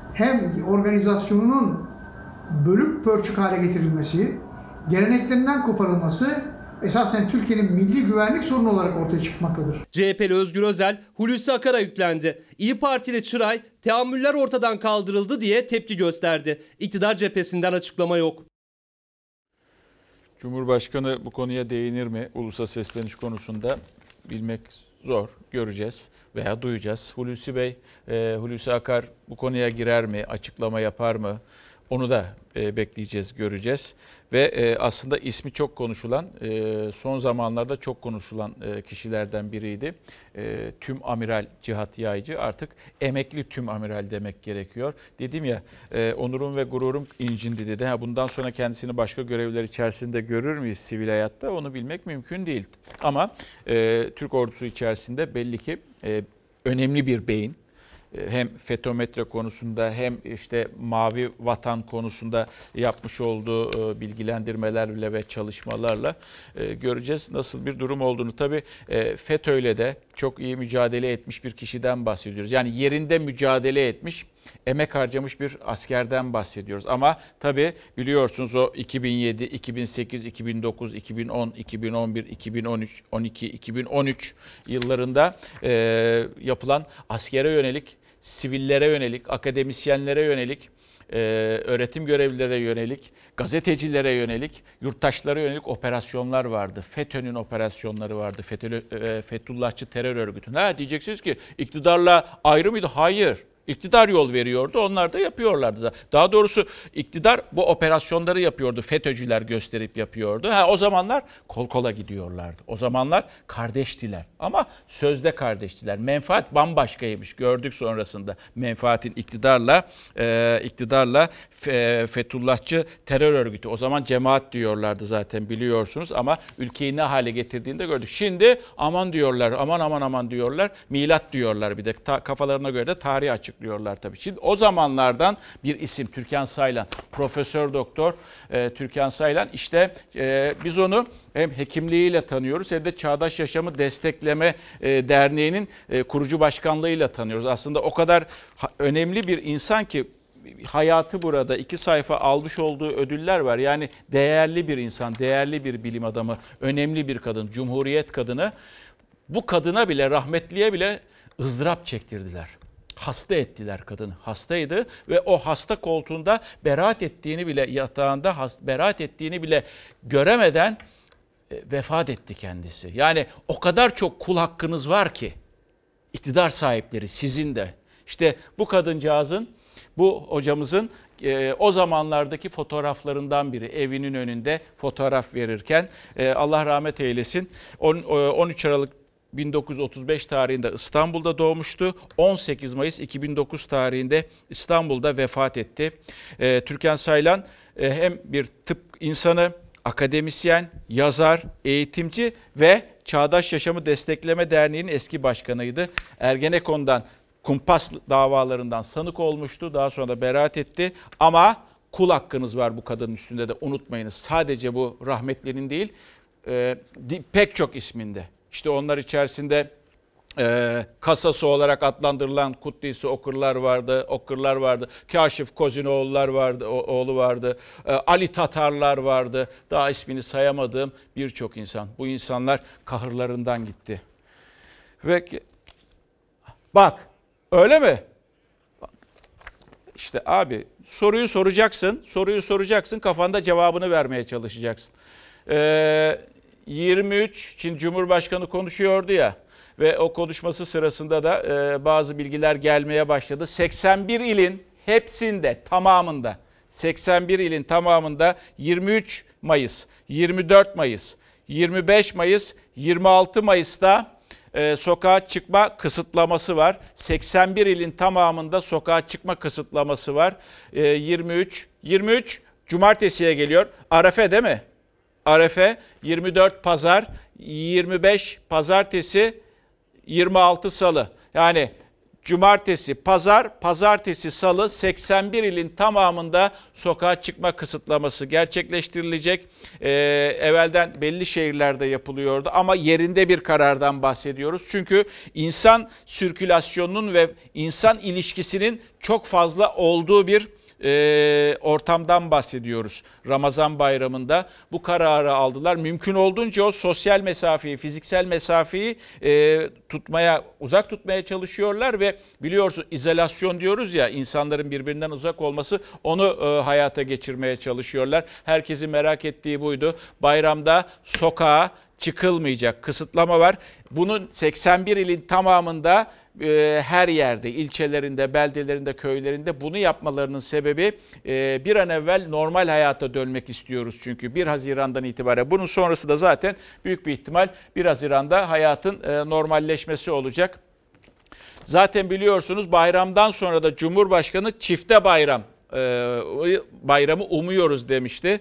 hem organizasyonunun bölük pörçük hale getirilmesi, geleneklerinden koparılması esasen Türkiye'nin milli güvenlik sorunu olarak ortaya çıkmaktadır. C H P'li Özgür Özel, Hulusi Akar'a yüklendi. İyi Partili Çıray, teamüller ortadan kaldırıldı diye tepki gösterdi. İktidar cephesinden açıklama yok. Cumhurbaşkanı bu konuya değinir mi? Ulusa sesleniş konusunda bilmek zor, göreceğiz veya duyacağız. Hulusi Bey, e, Hulusi Akar bu konuya girer mi, açıklama yapar mı? Onu da e, bekleyeceğiz, göreceğiz. Ve e, aslında ismi çok konuşulan, e, son zamanlarda çok konuşulan e, kişilerden biriydi. E, Tüm Amiral Cihat Yaycı, artık emekli Tüm Amiral demek gerekiyor. Dedim ya, e, onurum ve gururum incindi dedi. Ha, bundan sonra kendisini başka görevler içerisinde görür müyüz sivil hayatta? Onu bilmek mümkün değil. Ama e, Türk ordusu içerisinde belli ki e, önemli bir beyin. Hem FETÖ-METRE konusunda hem işte Mavi Vatan konusunda yapmış olduğu bilgilendirmelerle ve çalışmalarla göreceğiz nasıl bir durum olduğunu. Tabii FETÖ'yle de çok iyi mücadele etmiş bir kişiden bahsediyoruz. Yani yerinde mücadele etmiş, emek harcamış bir askerden bahsediyoruz. Ama tabii biliyorsunuz o iki bin yedi, iki bin sekiz, iki bin dokuz, iki bin on, iki bin on bir, iki bin on üç, on iki, iki bin on üç yıllarında e, yapılan askere yönelik, sivillere yönelik, akademisyenlere yönelik, e, öğretim görevlilere yönelik, gazetecilere yönelik, yurttaşlara yönelik operasyonlar vardı. FETÖ'nün operasyonları vardı. FETÖ, e, Fethullahçı terör örgütü. Ha, diyeceksiniz ki iktidarla ayrı mıydı? Hayır. İktidar yol veriyordu, onlar da yapıyorlardı. Daha doğrusu iktidar bu operasyonları yapıyordu, FETÖ'cüler gösterip yapıyordu. Ha, o zamanlar kol kola gidiyorlardı. O zamanlar kardeştiler ama sözde kardeştiler. Menfaat bambaşkaymış, gördük sonrasında. Menfaatin iktidarla, e, iktidarla e, Fethullahçı terör örgütü. O zaman cemaat diyorlardı zaten biliyorsunuz ama ülkeyi ne hale getirdiğini de gördük. Şimdi aman diyorlar, aman aman aman diyorlar, milat diyorlar bir de. Ta, kafalarına göre de tarih açık diyorlar tabii. Şimdi o zamanlardan bir isim Türkan Saylan, Profesör Doktor e, Türkan Saylan, işte e, biz onu hem hekimliğiyle tanıyoruz hem de Çağdaş Yaşamı Destekleme e, Derneği'nin e, kurucu başkanlığıyla tanıyoruz. Aslında o kadar ha, önemli bir insan ki hayatı burada iki sayfa almış olduğu ödüller var. Yani değerli bir insan, değerli bir bilim adamı, önemli bir kadın, Cumhuriyet kadını. Bu kadına bile, rahmetliye bile ızdırap çektirdiler. Hasta ettiler kadını. Hastaydı ve o hasta koltuğunda beraat ettiğini bile, yatağında beraat ettiğini bile göremeden e, vefat etti kendisi. Yani o kadar çok kul hakkınız var ki iktidar sahipleri, sizin de. İşte bu kadıncağızın, bu hocamızın e, o zamanlardaki fotoğraflarından biri. Evinin önünde fotoğraf verirken e, Allah rahmet eylesin. on üç Aralık bin dokuz yüz otuz beş tarihinde İstanbul'da doğmuştu. on sekiz Mayıs iki bin dokuz tarihinde İstanbul'da vefat etti. E, Türkan Saylan e, hem bir tıp insanı, akademisyen, yazar, eğitimci ve Çağdaş Yaşamı Destekleme Derneği'nin eski başkanıydı. Ergenekon'dan, kumpas davalarından sanık olmuştu. Daha sonra da beraat etti. Ama kul hakkınız var bu kadının üstünde de, unutmayınız. Sadece bu rahmetlinin değil, e, pek çok isminde. İşte onlar içerisinde e, kasası olarak adlandırılan Kuddisi Okurlar vardı, Okurlar vardı, Kaşif Kozinoğullar vardı, o, oğlu vardı, e, Ali Tatarlar vardı. Daha ismini sayamadığım birçok insan. Bu insanlar kahırlarından gitti. Ve bak, öyle mi? İşte abi soruyu soracaksın, soruyu soracaksın, kafanda cevabını vermeye çalışacaksın. Eee yirmi üç, şimdi Cumhurbaşkanı konuşuyordu ya ve o konuşması sırasında da e, bazı bilgiler gelmeye başladı. seksen bir ilin hepsinde, tamamında, seksen bir ilin tamamında yirmi üç Mayıs, yirmi dört Mayıs, yirmi beş Mayıs, yirmi altı Mayıs'ta e, sokağa çıkma kısıtlaması var. seksen bir ilin tamamında sokağa çıkma kısıtlaması var. E, yirmi üç, yirmi üç Cumartesiye geliyor. Arefe değil mi? Arefe, yirmi dört Pazar, yirmi beş Pazartesi, yirmi altı Salı. Yani Cumartesi, Pazar, Pazartesi, Salı seksen bir ilin tamamında sokağa çıkma kısıtlaması gerçekleştirilecek. Ee, evvelden belli şehirlerde yapılıyordu ama yerinde bir karardan bahsediyoruz. Çünkü insan sirkülasyonunun ve insan ilişkisinin çok fazla olduğu bir e, ortamdan bahsediyoruz. Ramazan bayramında bu kararı aldılar. Mümkün olduğunca o sosyal mesafeyi, fiziksel mesafeyi e, tutmaya, uzak tutmaya çalışıyorlar ve biliyorsun izolasyon diyoruz ya, insanların birbirinden uzak olması, onu e, hayata geçirmeye çalışıyorlar. Herkesin merak ettiği buydu. Bayramda sokağa çıkılmayacak, kısıtlama var. Bunun seksen bir ilin tamamında e, her yerde, ilçelerinde, beldelerinde, köylerinde bunu yapmalarının sebebi e, bir an evvel normal hayata dönmek istiyoruz. Çünkü bir Haziran'dan itibaren, bunun sonrası da zaten büyük bir ihtimal bir Haziran'da hayatın e, normalleşmesi olacak. Zaten biliyorsunuz bayramdan sonra da Cumhurbaşkanı çifte bayram e, bayramı umuyoruz demişti.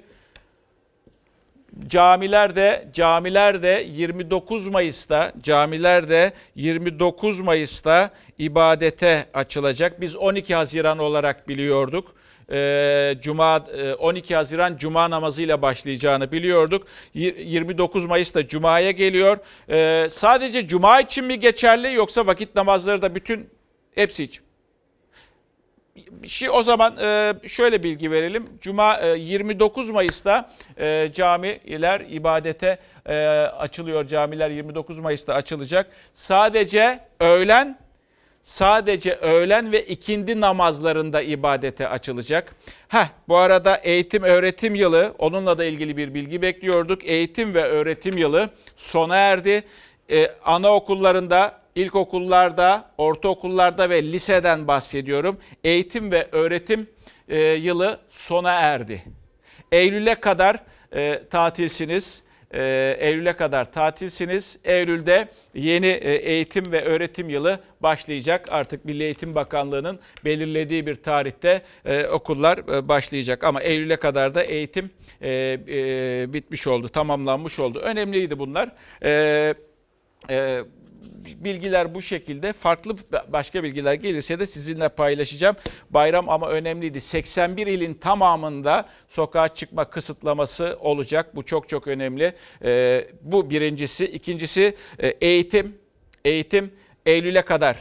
Camilerde camilerde yirmi dokuz Mayıs'ta camilerde yirmi dokuz Mayıs'ta ibadete açılacak. Biz on iki Haziran olarak biliyorduk. Ee, Cuma on iki Haziran Cuma namazıyla başlayacağını biliyorduk. yirmi dokuz Mayıs'ta Cuma'ya geliyor. Ee, sadece Cuma için mi geçerli, yoksa vakit namazları da bütün hepsi için? Şey, o zaman şöyle bilgi verelim. Cuma yirmi dokuz Mayıs'ta camiler ibadete açılıyor. Camiler yirmi dokuz Mayıs'ta açılacak. Sadece öğlen, sadece öğlen ve ikindi namazlarında ibadete açılacak. Heh, bu arada eğitim öğretim yılı, onunla da ilgili bir bilgi bekliyorduk. Eğitim ve öğretim yılı sona erdi. Ee, anaokullarında, İlkokullarda, ortaokullarda ve liseden bahsediyorum. Eğitim ve öğretim e, yılı sona erdi. Eylül'e kadar e, tatilsiniz. E, Eylül'e kadar tatilsiniz. Eylül'de yeni e, eğitim ve öğretim yılı başlayacak. Artık Milli Eğitim Bakanlığı'nın belirlediği bir tarihte e, okullar e, başlayacak. Ama Eylül'e kadar da eğitim e, e, bitmiş oldu, tamamlanmış oldu. Önemliydi bunlar. E, e, Bilgiler bu şekilde. Farklı başka bilgiler gelirse de sizinle paylaşacağım. Bayram ama önemliydi. seksen bir ilin tamamında sokağa çıkma kısıtlaması olacak. Bu çok çok önemli. Ee, bu birincisi. İkincisi eğitim. Eğitim Eylül'e kadar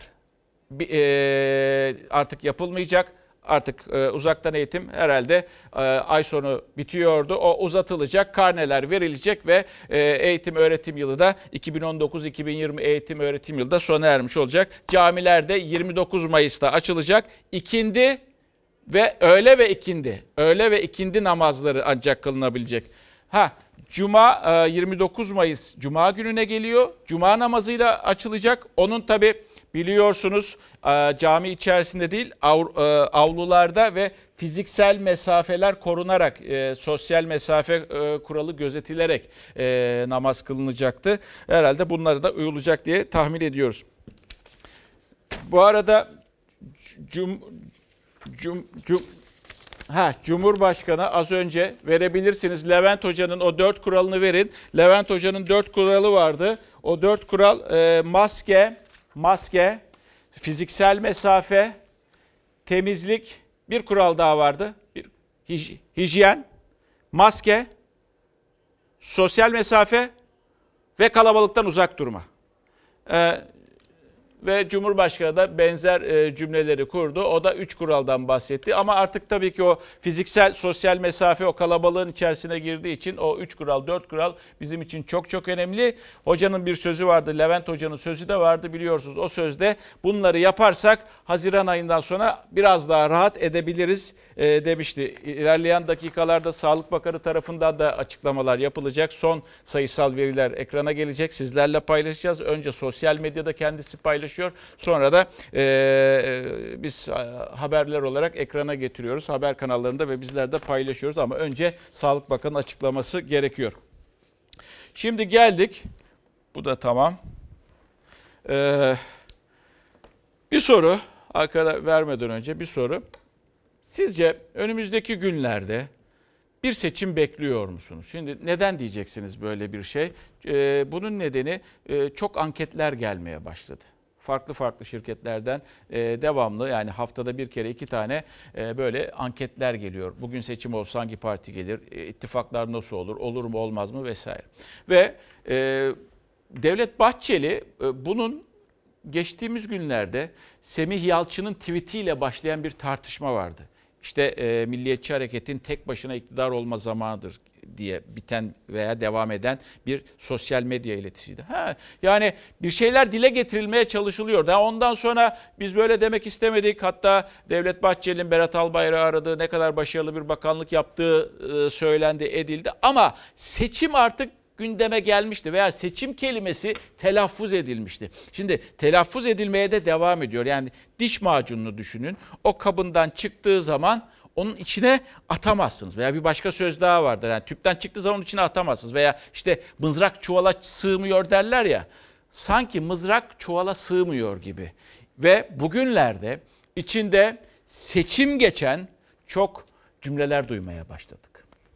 e, artık yapılmayacak. Artık e, uzaktan eğitim herhalde e, ay sonu bitiyordu. O uzatılacak, karneler verilecek ve e, eğitim öğretim yılı da iki bin on dokuz iki bin yirmi eğitim öğretim yılı da sona ermiş olacak. Camilerde yirmi dokuz Mayıs'ta açılacak. İkindi ve öğle ve ikindi. Öğle ve ikindi namazları ancak kılınabilecek. Ha, Cuma yirmi dokuz Mayıs Cuma gününe geliyor. Cuma namazıyla açılacak. Onun tabi biliyorsunuz cami içerisinde değil, avlularda ve fiziksel mesafeler korunarak, sosyal mesafe kuralı gözetilerek namaz kılınacaktı. Herhalde bunları da uyulacak diye tahmin ediyoruz. Bu arada cum, cum, cum, Ha, Cumhurbaşkanı az önce verebilirsiniz. Levent Hoca'nın o dört kuralını verin. Levent Hoca'nın dört kuralı vardı. O dört kural e, maske, maske, fiziksel mesafe, temizlik, bir kural daha vardı. Bir, hij, hijyen, maske, sosyal mesafe ve kalabalıktan uzak durma. E, Ve Cumhurbaşkanı da benzer e, cümleleri kurdu. O da üç kuraldan bahsetti. Ama artık tabii ki o fiziksel, sosyal mesafe o kalabalığın içerisine girdiği için o üç kural, dört kural bizim için çok çok önemli. Hocanın bir sözü vardı, Levent Hoca'nın sözü de vardı biliyorsunuz. O sözde bunları yaparsak Haziran ayından sonra biraz daha rahat edebiliriz e, demişti. İlerleyen dakikalarda Sağlık Bakanı tarafından da açıklamalar yapılacak. Son sayısal veriler ekrana gelecek. Sizlerle paylaşacağız. Önce sosyal medyada kendisi paylaşıyor. Sonra da e, biz haberler olarak ekrana getiriyoruz. Haber kanallarında ve bizler de paylaşıyoruz. Ama önce Sağlık Bakanı açıklaması gerekiyor. Şimdi geldik. Bu da tamam. Ee, bir soru. Arkada vermeden önce bir soru. Sizce önümüzdeki günlerde bir seçim bekliyor musunuz? Şimdi neden diyeceksiniz böyle bir şey? Ee, bunun nedeni e, çok anketler gelmeye başladı. Farklı farklı şirketlerden e, devamlı, yani haftada bir kere iki tane e, böyle anketler geliyor. Bugün seçim olsa hangi parti gelir, e, ittifaklar nasıl olur, olur mu olmaz mı vesaire. Ve e, Devlet Bahçeli e, bunun geçtiğimiz günlerde Semih Yalçın'ın tweetiyle başlayan bir tartışma vardı. işte e, Milliyetçi Hareket'in tek başına iktidar olma zamanıdır diye biten veya devam eden bir sosyal medya iletisiydi. Ha, yani bir şeyler dile getirilmeye çalışılıyor. Daha ondan sonra biz böyle demek istemedik. Hatta Devlet Bahçeli'nin Berat Albayrak'ı aradığı, ne kadar başarılı bir bakanlık yaptığı e, söylendi, edildi. Ama seçim artık gündeme gelmişti veya seçim kelimesi telaffuz edilmişti. Şimdi telaffuz edilmeye de devam ediyor. Yani diş macununu düşünün. O kabından çıktığı zaman onun içine atamazsınız. Veya bir başka söz daha vardır. Yani tüpten çıktığı zaman onun içine atamazsınız. Veya işte mızrak çuvala sığmıyor derler ya. Sanki mızrak çuvala sığmıyor gibi. Ve bugünlerde içinde seçim geçen çok cümleler duymaya başladık.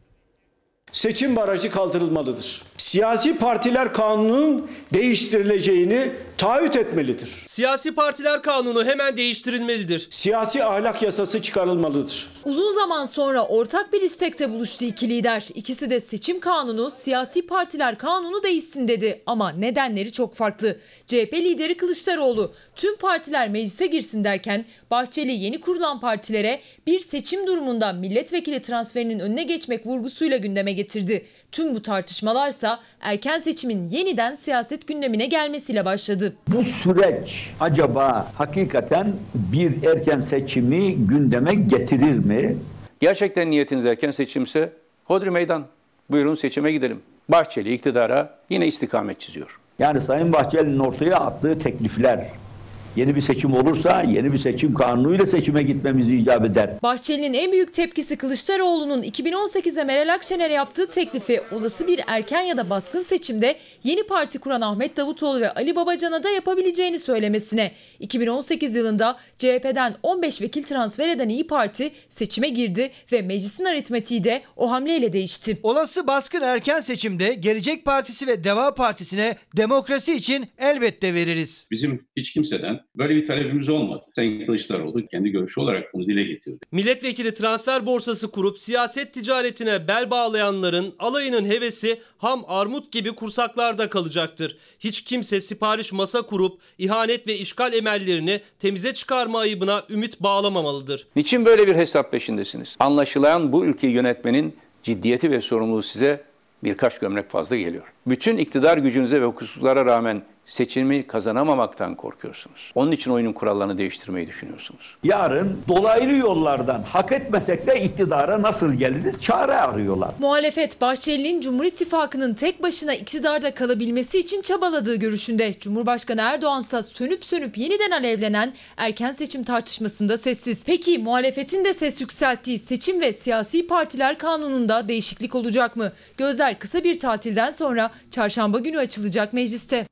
Seçim barajı kaldırılmalıdır. Siyasi partiler kanunun değiştirileceğini taahhüt etmelidir. Siyasi partiler kanunu hemen değiştirilmelidir. Siyasi ahlak yasası çıkarılmalıdır. Uzun zaman sonra ortak bir istekte buluştu iki lider. İkisi de seçim kanunu, siyasi partiler kanunu değişsin dedi. Ama nedenleri çok farklı. C H P lideri Kılıçdaroğlu tüm partiler meclise girsin derken Bahçeli yeni kurulan partilere bir seçim durumunda milletvekili transferinin önüne geçmek vurgusuyla gündeme getirdi. Tüm bu tartışmalarsa erken seçimin yeniden siyaset gündemine gelmesiyle başladı. Bu süreç acaba hakikaten bir erken seçimi gündeme getirir mi? Gerçekten niyetiniz erken seçimse hodri meydan. Buyurun seçime gidelim. Bahçeli iktidara yine istikamet çiziyor. Yani Sayın Bahçeli'nin ortaya attığı teklifler, yeni bir seçim olursa yeni bir seçim kanunuyla seçime gitmemizi icap eder. Bahçeli'nin en büyük tepkisi Kılıçdaroğlu'nun iki bin on sekizde Meral Akşener'e yaptığı teklifi olası bir erken ya da baskın seçimde yeni parti kuran Ahmet Davutoğlu ve Ali Babacan'a da yapabileceğini söylemesine. iki bin on sekiz yılında C H P'den on beş vekil transfer eden İYİ Parti seçime girdi ve meclisin aritmetiği de o hamleyle değişti. Olası baskın erken seçimde Gelecek Partisi ve Deva Partisi'ne demokrasi için elbette veririz. Bizim hiç kimseden böyle bir talebimiz olmadı. Sayın Kılıçdaroğlu kendi görüşü olarak bunu dile getirdi. Milletvekili transfer borsası kurup siyaset ticaretine bel bağlayanların alayının hevesi ham armut gibi kursaklarda kalacaktır. Hiç kimse sipariş masa kurup ihanet ve işgal emellerini temize çıkarma ayıbına ümit bağlamamalıdır. Niçin böyle bir hesap peşindesiniz? Anlaşılan bu ülkeyi yönetmenin ciddiyeti ve sorumluluğu size birkaç gömlek fazla geliyor. Bütün iktidar gücünüze ve hukuksuzlara rağmen seçimi kazanamamaktan korkuyorsunuz. Onun için oyunun kurallarını değiştirmeyi düşünüyorsunuz. Yarın dolaylı yollardan hak etmesek de iktidara nasıl geliriz çare arıyorlar. Muhalefet Bahçeli'nin Cumhur İttifakı'nın tek başına iktidarda kalabilmesi için çabaladığı görüşünde. Cumhurbaşkanı Erdoğan'sa sönüp sönüp yeniden alevlenen erken seçim tartışmasında sessiz. Peki muhalefetin de ses yükselttiği seçim ve siyasi partiler kanununda değişiklik olacak mı? Gözler kısa bir tatilden sonra çarşamba günü açılacak mecliste.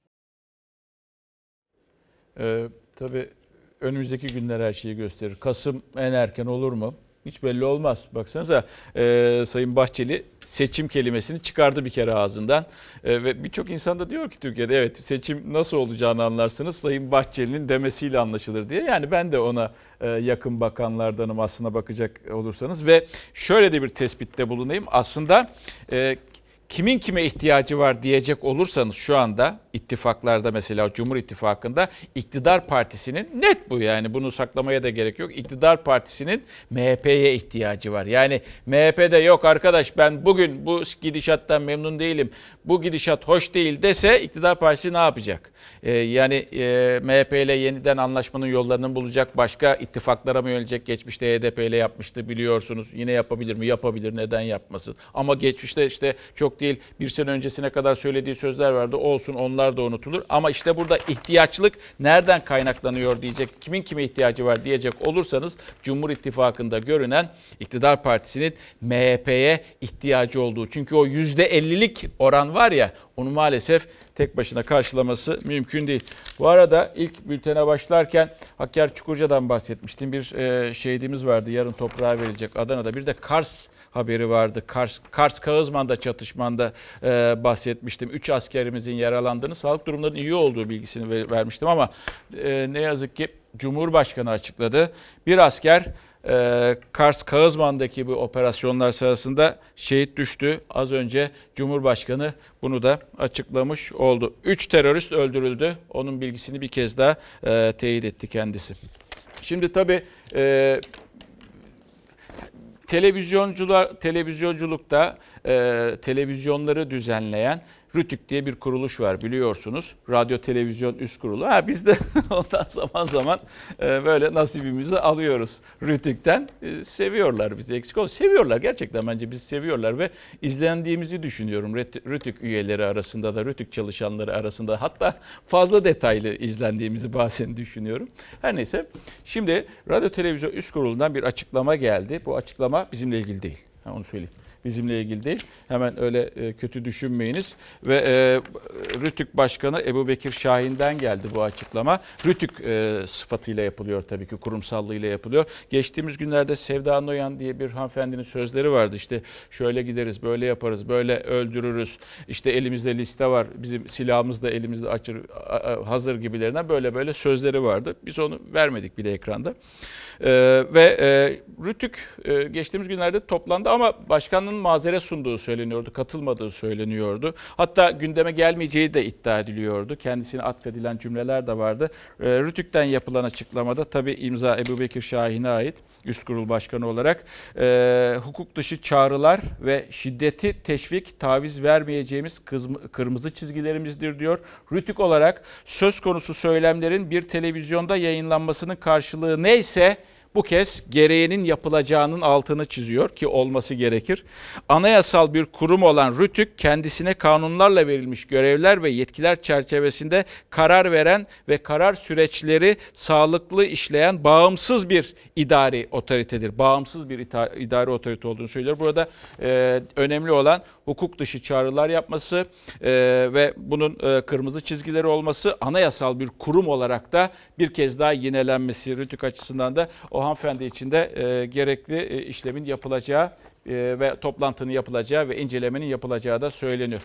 Ee, tabii önümüzdeki günler her şeyi gösterir. Kasım en erken olur mu? Hiç belli olmaz. Baksanıza e, Sayın Bahçeli seçim kelimesini çıkardı bir kere ağzından. E, ve birçok insan da diyor ki Türkiye'de evet seçim nasıl olacağını anlarsınız Sayın Bahçeli'nin demesiyle anlaşılır diye. Yani ben de ona e, yakın bakanlardanım aslına bakacak olursanız. Ve şöyle de bir tespitte bulunayım. Aslında e, kimin kime ihtiyacı var diyecek olursanız şu anda ittifaklarda mesela Cumhur İttifakı'nda iktidar partisinin net bu yani bunu saklamaya da gerek yok. İktidar partisinin M H P'ye ihtiyacı var. Yani M H P'de yok arkadaş ben bugün bu gidişattan memnun değilim. Bu gidişat hoş değil dese iktidar partisi ne yapacak? Ee, yani e, M H P ile yeniden anlaşmanın yollarını bulacak başka ittifaklara mı yönelecek? Geçmişte H D P ile yapmıştı biliyorsunuz. Yine yapabilir mi? Yapabilir. Neden yapmasın? Ama geçmişte işte çok değil bir sene öncesine kadar söylediği sözler vardı. Olsun onlar da unutulur. Ama işte burada ihtiyaçlık nereden kaynaklanıyor diyecek, kimin kime ihtiyacı var diyecek olursanız Cumhur İttifakı'nda görünen iktidar partisinin M H P'ye ihtiyacı olduğu. Çünkü o yüzde ellilik oran var ya onu maalesef tek başına karşılaması mümkün değil. Bu arada ilk bültene başlarken Hakkari Çukurca'dan bahsetmiştim. Bir e, şehidimiz vardı yarın toprağa verilecek Adana'da. Bir de Kars haberi vardı. Kars, Kars Kağızman'da çatışmanda e, bahsetmiştim. Üç askerimizin yaralandığını, sağlık durumlarının iyi olduğu bilgisini ver, vermiştim ama e, ne yazık ki Cumhurbaşkanı açıkladı. Bir asker e, Kars Kağızman'daki bu operasyonlar sırasında şehit düştü. Az önce Cumhurbaşkanı bunu da açıklamış oldu. Üç terörist öldürüldü. Onun bilgisini bir kez daha e, teyit etti kendisi. Şimdi tabii e, televizyoncular televizyonculukta e, televizyonları düzenleyen RÜTÜK diye bir kuruluş var biliyorsunuz. Radyo Televizyon Üst Kurulu. Ha, biz de ondan zaman zaman e, böyle nasibimizi alıyoruz RÜTÜK'ten. E, seviyorlar bizi, eksik olsun. Seviyorlar gerçekten, bence bizi seviyorlar ve izlendiğimizi düşünüyorum. RÜTÜK üyeleri arasında da, RÜTÜK çalışanları arasında, hatta fazla detaylı izlendiğimizi bazen düşünüyorum. Her neyse, şimdi Radyo Televizyon Üst Kurulu'ndan bir açıklama geldi. Bu açıklama bizimle ilgili değil. Ha, onu söyleyeyim. Bizimle ilgili değil. Hemen öyle e, kötü düşünmeyiniz. Ve e, RÜTÜK Başkanı Ebubekir Şahin'den geldi bu açıklama. RÜTÜK e, sıfatıyla yapılıyor tabii ki, kurumsallığıyla yapılıyor. Geçtiğimiz günlerde Sevda Noyan diye bir hanımefendinin sözleri vardı. İşte şöyle gideriz, böyle yaparız, böyle öldürürüz. İşte elimizde liste var, bizim silahımız da elimizde açır, hazır gibilerinden böyle böyle sözleri vardı. Biz onu vermedik bile ekranda. Ee, ve e, RÜTÜK e, geçtiğimiz günlerde toplandı ama başkanın mazeret sunduğu söyleniyordu, katılmadığı söyleniyordu. Hatta gündeme gelmeyeceği de iddia ediliyordu. Kendisine atfedilen cümleler de vardı. E, RÜTÜK'ten yapılan açıklamada tabii imza Ebubekir Şahin'e ait, üst kurul başkanı olarak e, hukuk dışı çağrılar ve şiddeti teşvik, taviz vermeyeceğimiz kırmızı çizgilerimizdir diyor. RÜTÜK olarak söz konusu söylemlerin bir televizyonda yayınlanmasının karşılığı neyse bu kez gereğinin yapılacağının altını çiziyor ki olması gerekir. Anayasal bir kurum olan RÜTÜK kendisine kanunlarla verilmiş görevler ve yetkiler çerçevesinde karar veren ve karar süreçleri sağlıklı işleyen bağımsız bir idari otoritedir. Bağımsız bir idari otorite olduğunu söylüyor. Burada e, önemli olan hukuk dışı çağrılar yapması e, ve bunun e, kırmızı çizgileri olması, anayasal bir kurum olarak da bir kez daha yinelenmesi. RÜTÜK açısından da o hanımefendi için de e, gerekli e, işlemin yapılacağı e, ve toplantının yapılacağı ve incelemenin yapılacağı da söyleniyor.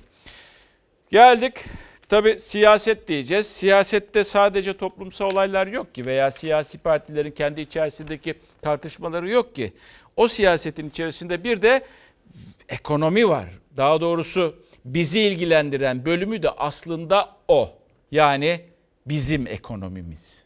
Geldik. Tabii siyaset diyeceğiz. Siyasette sadece toplumsal olaylar yok ki veya siyasi partilerin kendi içerisindeki tartışmaları yok ki. O siyasetin içerisinde bir de ekonomi var. Daha doğrusu bizi ilgilendiren bölümü de aslında o. Yani bizim ekonomimiz.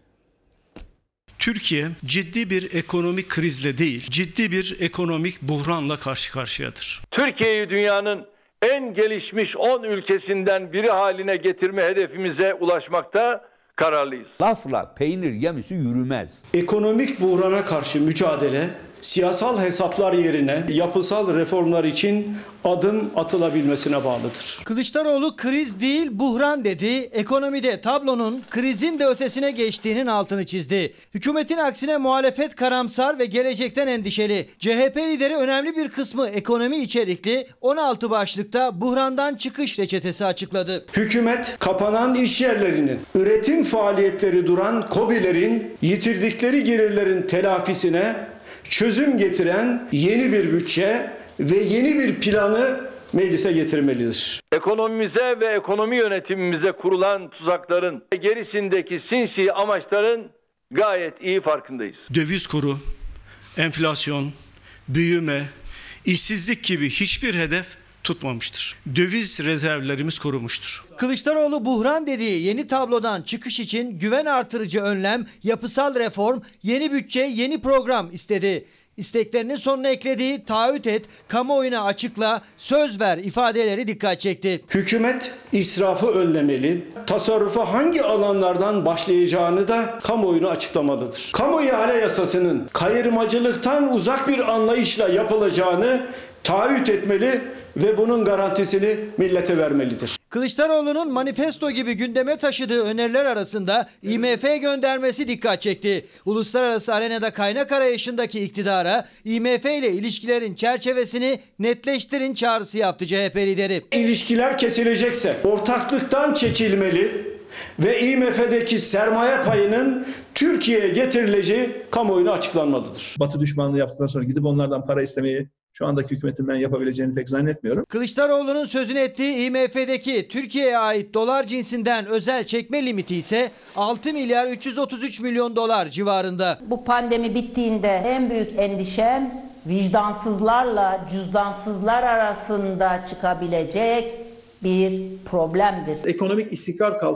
Türkiye ciddi bir ekonomik krizle değil, ciddi bir ekonomik buhranla karşı karşıyadır. Türkiye'yi dünyanın en gelişmiş on ülkesinden biri haline getirme hedefimize ulaşmakta kararlıyız. Lafla peynir gemisi yürümez. Ekonomik buhrana karşı mücadele, siyasal hesaplar yerine yapısal reformlar için adım atılabilmesine bağlıdır. Kılıçdaroğlu kriz değil buhran dedi. Ekonomide tablonun krizin de ötesine geçtiğinin altını çizdi. Hükümetin aksine muhalefet karamsar ve gelecekten endişeli. C H P lideri önemli bir kısmı ekonomi içerikli on altı başlıkta buhrandan çıkış reçetesi açıkladı. Hükümet kapanan iş yerlerinin, üretim faaliyetleri duran KOBİ'lerin yitirdikleri gelirlerin telafisine çözüm getiren yeni bir bütçe ve yeni bir planı meclise getirmelidir. Ekonomimize ve ekonomi yönetimimize kurulan tuzakların gerisindeki sinsi amaçların gayet iyi farkındayız. Döviz kuru, enflasyon, büyüme, işsizlik gibi hiçbir hedef tutmamıştır. Döviz rezervlerimiz korumuştur. Kılıçdaroğlu buhran dediği yeni tablodan çıkış için güven artırıcı önlem, yapısal reform, yeni bütçe, yeni program istedi. İsteklerinin sonuna eklediği taahhüt et, kamuoyuna açıkla, söz ver ifadeleri dikkat çekti. Hükümet israfı önlemeli, tasarrufa hangi alanlardan başlayacağını da kamuoyuna açıklamalıdır. Kamu ihale yasasının kayırmacılıktan uzak bir anlayışla yapılacağını taahhüt etmeli ve bunun garantisini millete vermelidir. Kılıçdaroğlu'nun manifesto gibi gündeme taşıdığı öneriler arasında I M F göndermesi dikkat çekti. Uluslararası arenada kaynak arayışındaki iktidara I M F ile ilişkilerin çerçevesini netleştirin çağrısı yaptı C H P lideri. İlişkiler kesilecekse ortaklıktan çekilmeli ve I M F'deki sermaye payının Türkiye'ye getirileceği kamuoyuna açıklanmalıdır. Batı düşmanlığı yaptıktan sonra gidip onlardan para istemeyi şu andaki hükümetin ben yapabileceğini pek zannetmiyorum. Kılıçdaroğlu'nun sözünü ettiği I M F'deki Türkiye'ye ait dolar cinsinden özel çekme limiti ise altı milyar üç yüz otuz üç milyon dolar civarında. Bu pandemi bittiğinde en büyük endişem vicdansızlarla cüzdansızlar arasında çıkabilecek bir problemdir. Ekonomik istikrar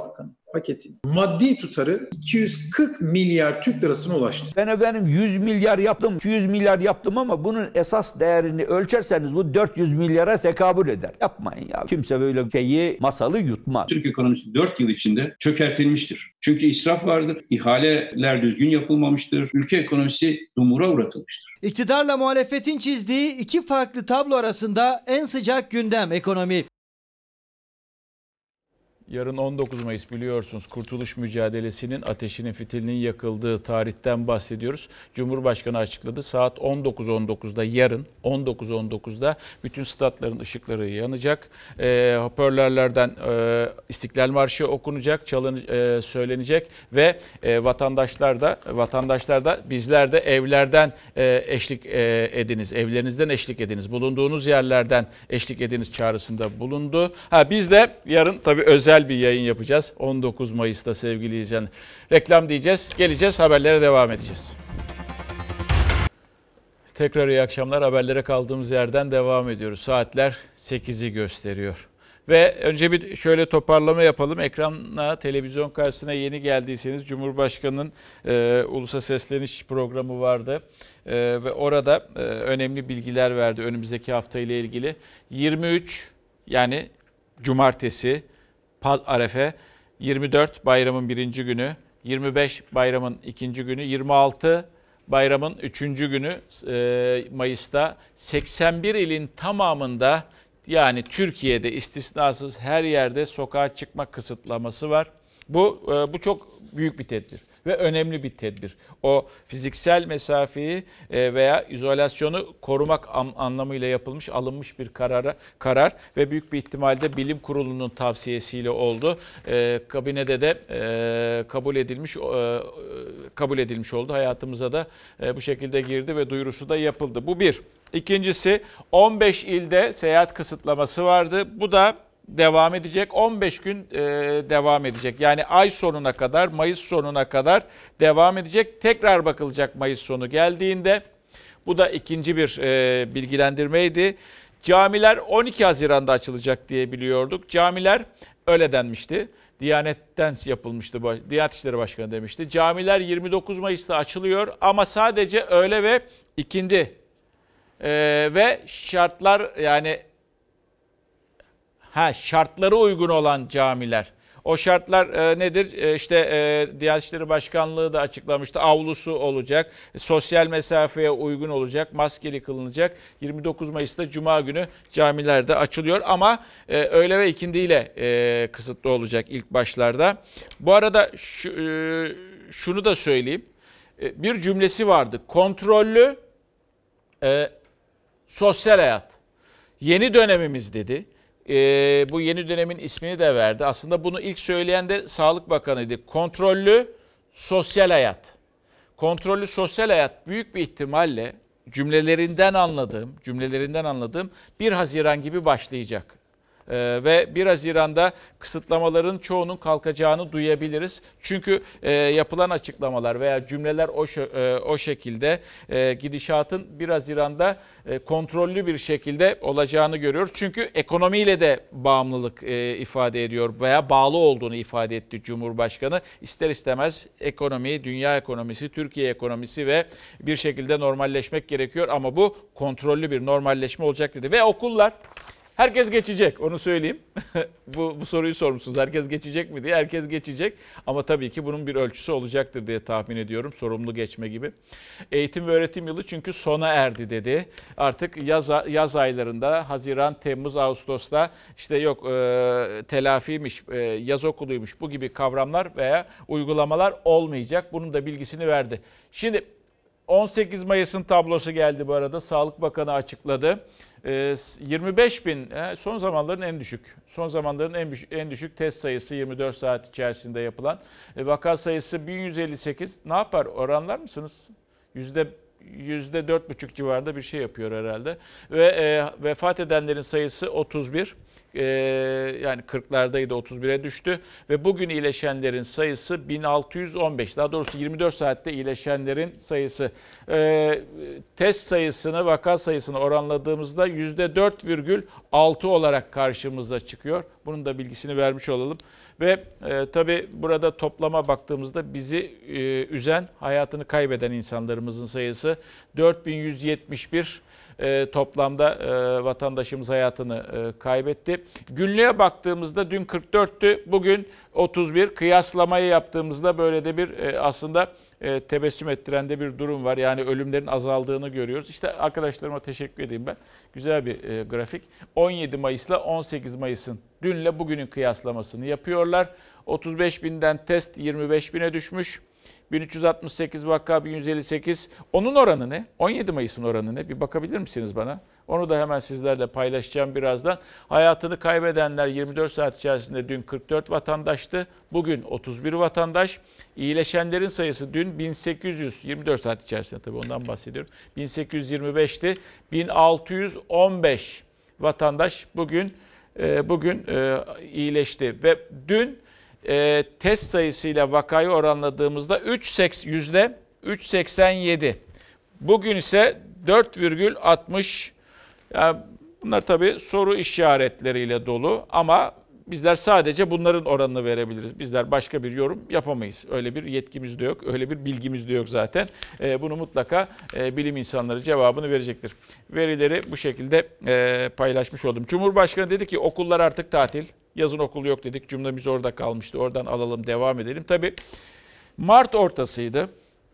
paketin maddi tutarı iki yüz kırk milyar Türk lirasına ulaştı. Ben efendim yüz milyar yaptım, iki yüz milyar yaptım ama bunun esas değerini ölçerseniz bu dört yüz milyara tekabül eder. Yapmayın ya. Kimse böyle şeyi, masalı yutmaz. Türk ekonomisi dört yıl içinde çökertilmiştir. Çünkü israf vardır, ihaleler düzgün yapılmamıştır, ülke ekonomisi dumura uğratılmıştır. İktidarla muhalefetin çizdiği iki farklı tablo arasında en sıcak gündem ekonomi. Yarın on dokuz Mayıs biliyorsunuz kurtuluş mücadelesinin ateşinin fitilinin yakıldığı tarihten bahsediyoruz. Cumhurbaşkanı açıkladı saat on dokuz on dokuzda yarın on dokuz on dokuzda bütün statların ışıkları yanacak. E, hoparlörlerden e, İstiklal Marşı okunacak, çalın, e, söylenecek ve e, vatandaşlar da vatandaşlar da bizler de evlerden e, eşlik e, ediniz, evlerinizden eşlik ediniz, bulunduğunuz yerlerden eşlik ediniz çağrısında bulundu. Ha biz de yarın tabii özel bir yayın yapacağız. on dokuz Mayıs'ta sevgili izleyenler. Reklam diyeceğiz. Geleceğiz. Haberlere devam edeceğiz. Tekrar iyi akşamlar. Haberlere kaldığımız yerden devam ediyoruz. Saatler sekizi gösteriyor. Ve önce bir şöyle toparlama yapalım. Ekrana, televizyon karşısına yeni geldiyseniz Cumhurbaşkanı'nın e, ulusa sesleniş programı vardı. E, ve orada e, önemli bilgiler verdi önümüzdeki hafta ile ilgili. yirmi üç yani cumartesi Arefe, yirmi dört bayramın birinci günü, yirmi beş bayramın ikinci günü, yirmi altı bayramın üçüncü günü Mayıs'ta seksen bir ilin tamamında yani Türkiye'de istisnasız her yerde sokağa çıkma kısıtlaması var. Bu bu çok büyük bir tedbir ve önemli bir tedbir. O fiziksel mesafeyi veya izolasyonu korumak anlamıyla yapılmış, alınmış bir karara, karar ve büyük bir ihtimalle bilim kurulunun tavsiyesiyle oldu. Kabinede de kabul edilmiş kabul edilmiş oldu. Hayatımıza da bu şekilde girdi ve duyurusu da yapıldı. Bu bir. İkincisi on beş ilde seyahat kısıtlaması vardı. Bu da devam edecek. on beş gün e, devam edecek. Yani ay sonuna kadar, Mayıs sonuna kadar devam edecek. Tekrar bakılacak Mayıs sonu geldiğinde. Bu da ikinci bir e, bilgilendirmeydi. Camiler on iki Haziran'da açılacak diye biliyorduk. Camiler öyle denmişti. Diyanet'ten yapılmıştı. Diyanet İşleri Başkanı demişti. Camiler yirmi dokuz Mayıs'ta açılıyor ama sadece öğle ve ikindi. E, ve şartlar yani Ha şartları uygun olan camiler. O şartlar e, nedir? E, işte e, Diyanet İşleri Başkanlığı da açıklamıştı. Avlusu olacak, sosyal mesafeye uygun olacak, maskeli kılınacak. yirmi dokuz Mayıs'ta Cuma günü camilerde açılıyor ama e, öğle ve ikindiyle e, kısıtlı olacak ilk başlarda. Bu arada şu, e, şunu da söyleyeyim. E, bir cümlesi vardı. Kontrollü e, sosyal hayat. Yeni dönemimiz dedi. Ee, bu yeni dönemin ismini de verdi. Aslında bunu ilk söyleyen de Sağlık Bakanı'ydı. Kontrollü sosyal hayat. Kontrollü sosyal hayat büyük bir ihtimalle cümlelerinden anladığım, cümlelerinden anladığım bir Haziran gibi başlayacak. Ee, ve bir Haziran'da kısıtlamaların çoğunun kalkacağını duyabiliriz. Çünkü e, yapılan açıklamalar veya cümleler o, e, o şekilde e, gidişatın bir Haziran'da e, kontrollü bir şekilde olacağını görüyoruz. Çünkü ekonomiyle de bağımlılık e, ifade ediyor veya bağlı olduğunu ifade etti Cumhurbaşkanı. İster istemez ekonomi, dünya ekonomisi, Türkiye ekonomisi ve bir şekilde normalleşmek gerekiyor. Ama bu kontrollü bir normalleşme olacak dedi. Ve okullar... Herkes geçecek, onu söyleyeyim. bu, bu soruyu sormuşsunuz, herkes geçecek mi diye. Herkes geçecek ama tabii ki bunun bir ölçüsü olacaktır diye tahmin ediyorum. Sorumlu geçme gibi. Eğitim ve öğretim yılı çünkü sona erdi dedi. Artık yaz, yaz aylarında, Haziran, Temmuz, Ağustos'ta işte yok e, telafiymiş, e, yaz okuluymuş bu gibi kavramlar veya uygulamalar olmayacak. Bunun da bilgisini verdi. Şimdi on sekiz Mayıs'ın tablosu geldi bu arada. Sağlık Bakanı açıkladı. yirmi beş bin son zamanların en düşük. Son zamanların en, en düşük test sayısı yirmi dört saat içerisinde yapılan. Vaka sayısı bin yüz elli sekiz. Ne yapar? Oranlar mısınız? Yüzde yüzde dört buçuk civarında bir şey yapıyor herhalde. Ve e, vefat edenlerin sayısı otuz bir. Ee, yani kırklardaydı, otuz bire düştü ve bugün iyileşenlerin sayısı bin altı yüz on beş. Daha doğrusu yirmi dört saatte iyileşenlerin sayısı. Ee, test sayısını, vaka sayısını oranladığımızda yüzde dört virgül altı olarak karşımıza çıkıyor. Bunun da bilgisini vermiş olalım. Ve e, tabii burada toplama baktığımızda bizi e, üzen, hayatını kaybeden insanlarımızın sayısı dört bin yüz yetmiş bir. E, toplamda e, vatandaşımız hayatını e, kaybetti. Günlüğe baktığımızda dün kırk dörttü, bugün otuz bir. Kıyaslamayı yaptığımızda böyle de bir e, aslında e, tebessüm ettiren de bir durum var. Yani ölümlerin azaldığını görüyoruz. İşte arkadaşlarıma teşekkür edeyim ben. Güzel bir e, grafik. on yedi Mayıs'la on sekiz Mayıs'ın dünle bugünün kıyaslamasını yapıyorlar. otuz beş binden test yirmi beş bine düşmüş. bin üç yüz altmış sekiz vaka, bin yüz elli sekiz. Onun oranı ne? on yedi Mayıs'ın oranı ne? Bir bakabilir misiniz bana? Onu da hemen sizlerle paylaşacağım birazdan. Hayatını kaybedenler yirmi dört saat içerisinde dün kırk dört vatandaştı. Bugün otuz bir vatandaş. İyileşenlerin sayısı dün bin sekiz yüz, yirmi dört saat içerisinde tabii ondan bahsediyorum. bin sekiz yüz yirmi beşti. bin altı yüz on beş vatandaş bugün bugün iyileşti ve dün E, test sayısıyla vakayı oranladığımızda yüzde üç virgül seksen yedi. Bugün ise dört virgül altmış. Yani bunlar tabii soru işaretleriyle dolu ama bizler sadece bunların oranını verebiliriz. Bizler başka bir yorum yapamayız. Öyle bir yetkimiz de yok, öyle bir bilgimiz de yok zaten. E, bunu mutlaka e, bilim insanları cevabını verecektir. Verileri bu şekilde e, paylaşmış oldum. Cumhurbaşkanı dedi ki okullar artık tatil. Yazın okul yok dedik. Cümlemiz orada kalmıştı. Oradan alalım, devam edelim. Tabii Mart ortasıydı.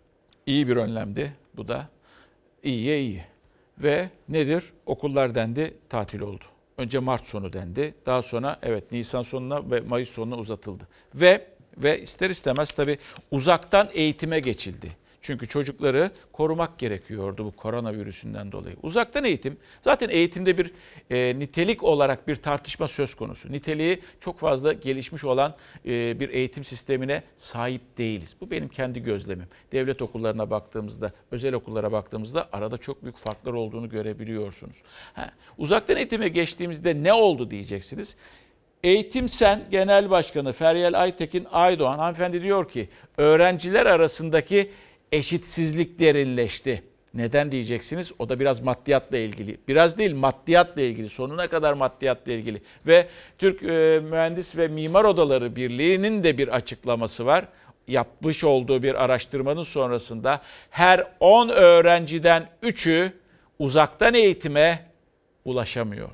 İyi bir önlemdi bu da. İyiye iyi. Ve nedir? Okullar dendi, tatil oldu. Önce Mart sonu dendi. Daha sonra evet Nisan sonuna ve Mayıs sonuna uzatıldı. Ve ve ister istemez tabii uzaktan eğitime geçildi. Çünkü çocukları korumak gerekiyordu bu koronavirüsünden dolayı. Uzaktan eğitim, zaten eğitimde bir e, nitelik olarak bir tartışma söz konusu. Niteliği çok fazla gelişmiş olan e, bir eğitim sistemine sahip değiliz. Bu benim kendi gözlemim. Devlet okullarına baktığımızda, özel okullara baktığımızda arada çok büyük farklar olduğunu görebiliyorsunuz. Ha, uzaktan eğitime geçtiğimizde ne oldu diyeceksiniz. Eğitim Sen Genel Başkanı Feryal Aytekin Aydoğan hanımefendi diyor ki öğrenciler arasındaki eşitsizlik derinleşti. Neden diyeceksiniz? O da biraz maddiyatla ilgili. Biraz değil, maddiyatla ilgili. Sonuna kadar maddiyatla ilgili. Ve Türk e, Mühendis ve Mimar Odaları Birliği'nin de bir açıklaması var. Yapmış olduğu bir araştırmanın sonrasında her on öğrenciden üçü uzaktan eğitime ulaşamıyor.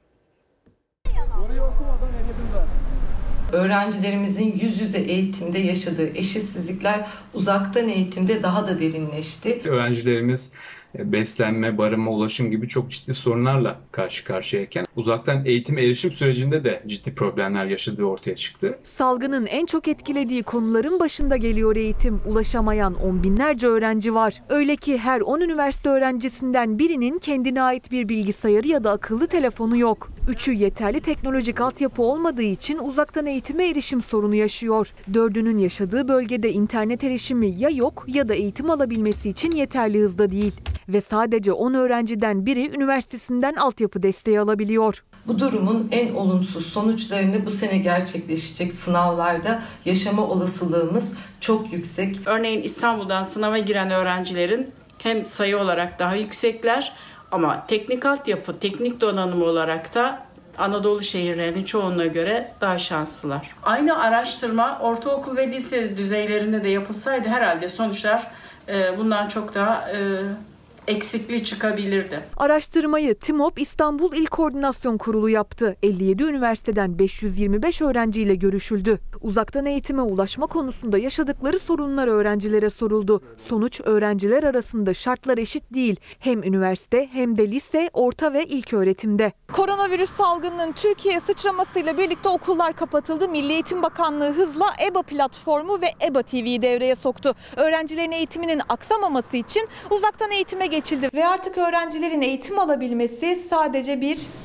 Öğrencilerimizin yüz yüze eğitimde yaşadığı eşitsizlikler uzaktan eğitimde daha da derinleşti. Öğrencilerimiz beslenme, barınma, ulaşım gibi çok ciddi sorunlarla karşı karşıyayken uzaktan eğitim erişim sürecinde de ciddi problemler yaşadığı ortaya çıktı. Salgının en çok etkilediği konuların başında geliyor eğitim. Ulaşamayan on binlerce öğrenci var. Öyle ki her on üniversite öğrencisinden birinin kendine ait bir bilgisayarı ya da akıllı telefonu yok. Üçü yeterli teknolojik altyapı olmadığı için uzaktan eğitime erişim sorunu yaşıyor. Dördünün yaşadığı bölgede internet erişimi ya yok ya da eğitim alabilmesi için yeterli hızda değil. Ve sadece on öğrenciden biri üniversitesinden altyapı desteği alabiliyor. Bu durumun en olumsuz sonuçlarını bu sene gerçekleşecek sınavlarda yaşama olasılığımız çok yüksek. Örneğin İstanbul'dan sınava giren öğrencilerin hem sayı olarak daha yüksekler ama teknik altyapı, teknik donanım olarak da Anadolu şehirlerinin çoğunluğuna göre daha şanslılar. Aynı araştırma ortaokul ve lise düzeylerinde de yapılsaydı herhalde sonuçlar e, bundan çok daha e, eksikli çıkabilirdi. Araştırmayı TİMOP İstanbul İl Koordinasyon Kurulu yaptı. elli yedi üniversiteden beş yüz yirmi beş öğrenciyle görüşüldü. Uzaktan eğitime ulaşma konusunda yaşadıkları sorunlar öğrencilere soruldu. Sonuç öğrenciler arasında şartlar eşit değil. Hem üniversite hem de lise, orta ve ilköğretimde. Koronavirüs salgınının Türkiye'ye sıçramasıyla birlikte okullar kapatıldı. Milli Eğitim Bakanlığı hızla EBA platformu ve EBA T V'yi devreye soktu. Öğrencilerin eğitiminin aksamaması için uzaktan eğitime geçildi ve artık öğrencilerin eğitim alabilmesi sadece bir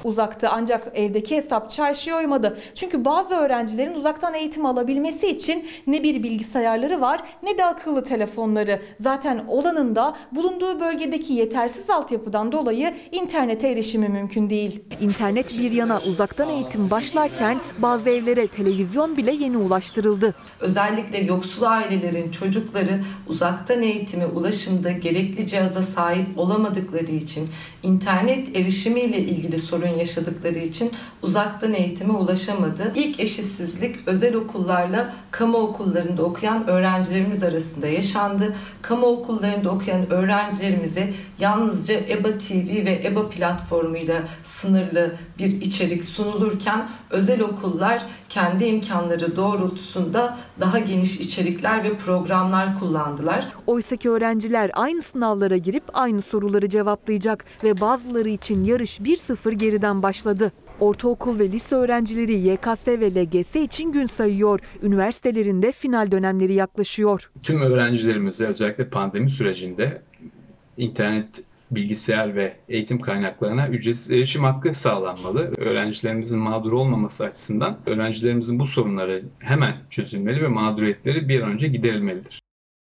uzaktı ancak evdeki hesap çarşıya uymadı. Çünkü bazı öğrencilerin uzaktan eğitim alabilmesi için ne bir bilgisayarları var ne de akıllı telefonları. Zaten olanın da bulunduğu bölgedeki yetersiz altyapıdan dolayı internete erişimi mümkün değil. İnternet bir yana uzaktan eğitim başlarken bazı evlere televizyon bile yeni ulaştırıldı. Özellikle yoksul ailelerin çocukları uzaktan eğitime ulaşımda gerekli cihaza sahip olamadıkları için, internet erişimiyle ilgili sorun yaşadıkları için uzaktan eğitime ulaşamadı. İlk eşitsizlik özel okullarla kamu okullarında okuyan öğrencilerimiz arasında yaşandı. Kamu okullarında okuyan öğrencilerimize yalnızca E B A T V ve E B A platformuyla sınırlı bir içerik sunulurken özel okullar kendi imkanları doğrultusunda daha geniş içerikler ve programlar kullandılar. Oysaki öğrenciler aynı sınavlara girip aynı soruları cevaplayacak ve bazıları için yarış bir sıfır geriden başladı. Ortaokul ve lise öğrencileri Y K S ve L G S için gün sayıyor. Üniversitelerinde final dönemleri yaklaşıyor. Tüm öğrencilerimize özellikle pandemi sürecinde internet, bilgisayar ve eğitim kaynaklarına ücretsiz erişim hakkı sağlanmalı. Öğrencilerimizin mağdur olmaması açısından öğrencilerimizin bu sorunları hemen çözülmeli ve mağduriyetleri bir an önce giderilmelidir.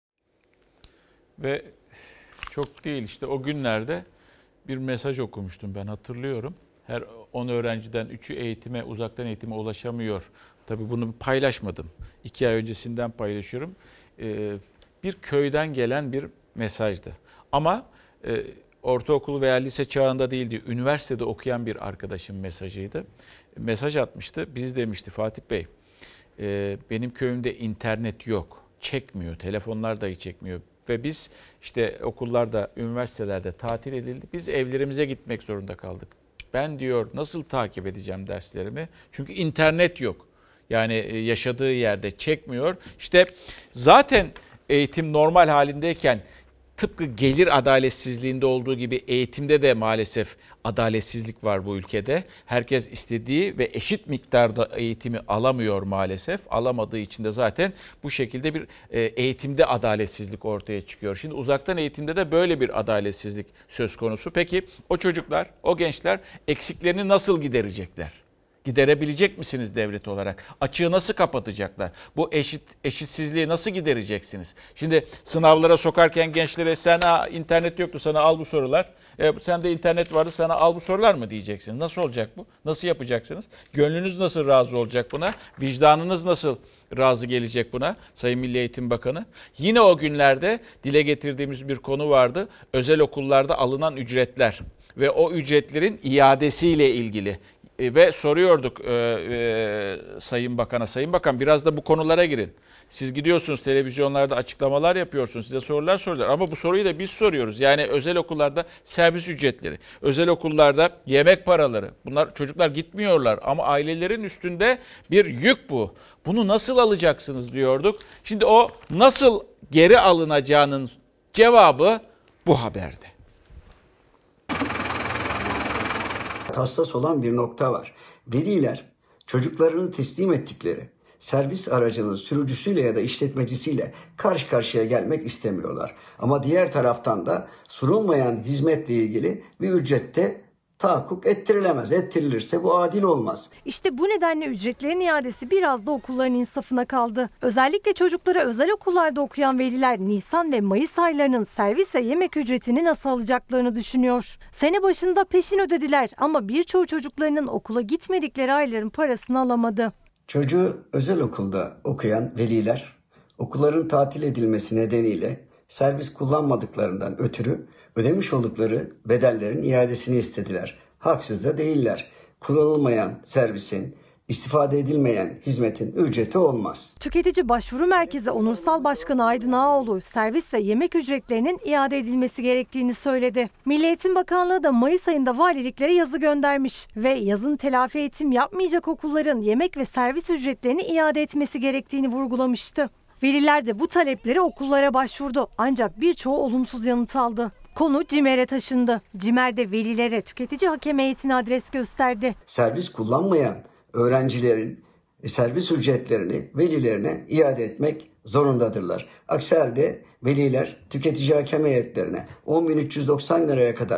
Ve çok değil işte o günlerde bir mesaj okumuştum ben, hatırlıyorum. Her on öğrenciden üçü eğitime, uzaktan eğitime ulaşamıyor. Tabii bunu paylaşmadım. İki ay öncesinden paylaşıyorum. Ee, bir köyden gelen bir mesajdı. Ama e, ortaokul veya lise çağında değildi. Üniversitede okuyan bir arkadaşım mesajıydı. Mesaj atmıştı. Biz demişti Fatih Bey, e, benim köyümde internet yok. Çekmiyor. Telefonlar dahi çekmiyor. Ve biz işte okullarda, üniversitelerde tatil edildi. Biz evlerimize gitmek zorunda kaldık. Ben diyor nasıl takip edeceğim derslerimi? Çünkü internet yok. Yani yaşadığı yerde çekmiyor. İşte zaten eğitim normal halindeyken tıpkı gelir adaletsizliğinde olduğu gibi eğitimde de maalesef adaletsizlik var bu ülkede. Herkes istediği ve eşit miktarda eğitimi alamıyor maalesef. Alamadığı için de zaten bu şekilde bir eğitimde adaletsizlik ortaya çıkıyor. Şimdi uzaktan eğitimde de böyle bir adaletsizlik söz konusu. Peki o çocuklar, o gençler eksiklerini nasıl giderecekler? Giderebilecek misiniz devlet olarak? Açığı nasıl kapatacaklar? Bu eşit eşitsizliği nasıl gidereceksiniz? Şimdi sınavlara sokarken gençlere sen ha, internet yoktu sana al bu sorular. E, sende internet vardı sana al bu sorular mı diyeceksiniz? Nasıl olacak bu? Nasıl yapacaksınız? Gönlünüz nasıl razı olacak buna? Vicdanınız nasıl razı gelecek buna? Sayın Milli Eğitim Bakanı. Yine o günlerde dile getirdiğimiz bir konu vardı. Özel okullarda alınan ücretler ve o ücretlerin iadesiyle ilgili. Ve soruyorduk e, e, Sayın Bakan'a, Sayın Bakan biraz da bu konulara girin. Siz gidiyorsunuz televizyonlarda açıklamalar yapıyorsunuz, size sorular soruyorlar. Ama bu soruyu da biz soruyoruz. Yani özel okullarda servis ücretleri, özel okullarda yemek paraları. Bunlar çocuklar gitmiyorlar ama ailelerin üstünde bir yük bu. Bunu nasıl alacaksınız diyorduk. Şimdi o nasıl geri alınacağının cevabı bu haberde. Hassas olan bir nokta var. Veliler çocuklarını teslim ettikleri servis aracının sürücüsüyle ya da işletmecisiyle karşı karşıya gelmek istemiyorlar. Ama diğer taraftan da sunulmayan hizmetle ilgili bir ücrette tahakkuk ettirilemez. Ettirilirse bu adil olmaz. İşte bu nedenle ücretlerin iadesi biraz da okulların insafına kaldı. Özellikle çocuklara özel okullarda okuyan veliler Nisan ve Mayıs aylarının servis ve yemek ücretini nasıl alacaklarını düşünüyor. Sene başında peşin ödediler ama birçoğu çocuklarının okula gitmedikleri ayların parasını alamadı. Çocuğu özel okulda okuyan veliler okulların tatil edilmesi nedeniyle servis kullanmadıklarından ötürü ödemiş oldukları bedellerin iadesini istediler. Haksız da değiller. Kullanılmayan servisin, istifade edilmeyen hizmetin ücreti olmaz. Tüketici Başvuru Merkezi Onursal Başkanı Aydın Ağaoğlu servis ve yemek ücretlerinin iade edilmesi gerektiğini söyledi. Milli Eğitim Bakanlığı da Mayıs ayında valiliklere yazı göndermiş ve yazın telafi eğitim yapmayacak okulların yemek ve servis ücretlerini iade etmesi gerektiğini vurgulamıştı. Veliler de bu talepleri okullara başvurdu ancak birçoğu olumsuz yanıt aldı. Konu CİMER'e taşındı. CİMER de velilere tüketici hakem heyetine adres gösterdi. Servis kullanmayan öğrencilerin servis ücretlerini velilerine iade etmek zorundadırlar. Aksi halde veliler tüketici hakem heyetlerine on bin üç yüz doksan liraya kadar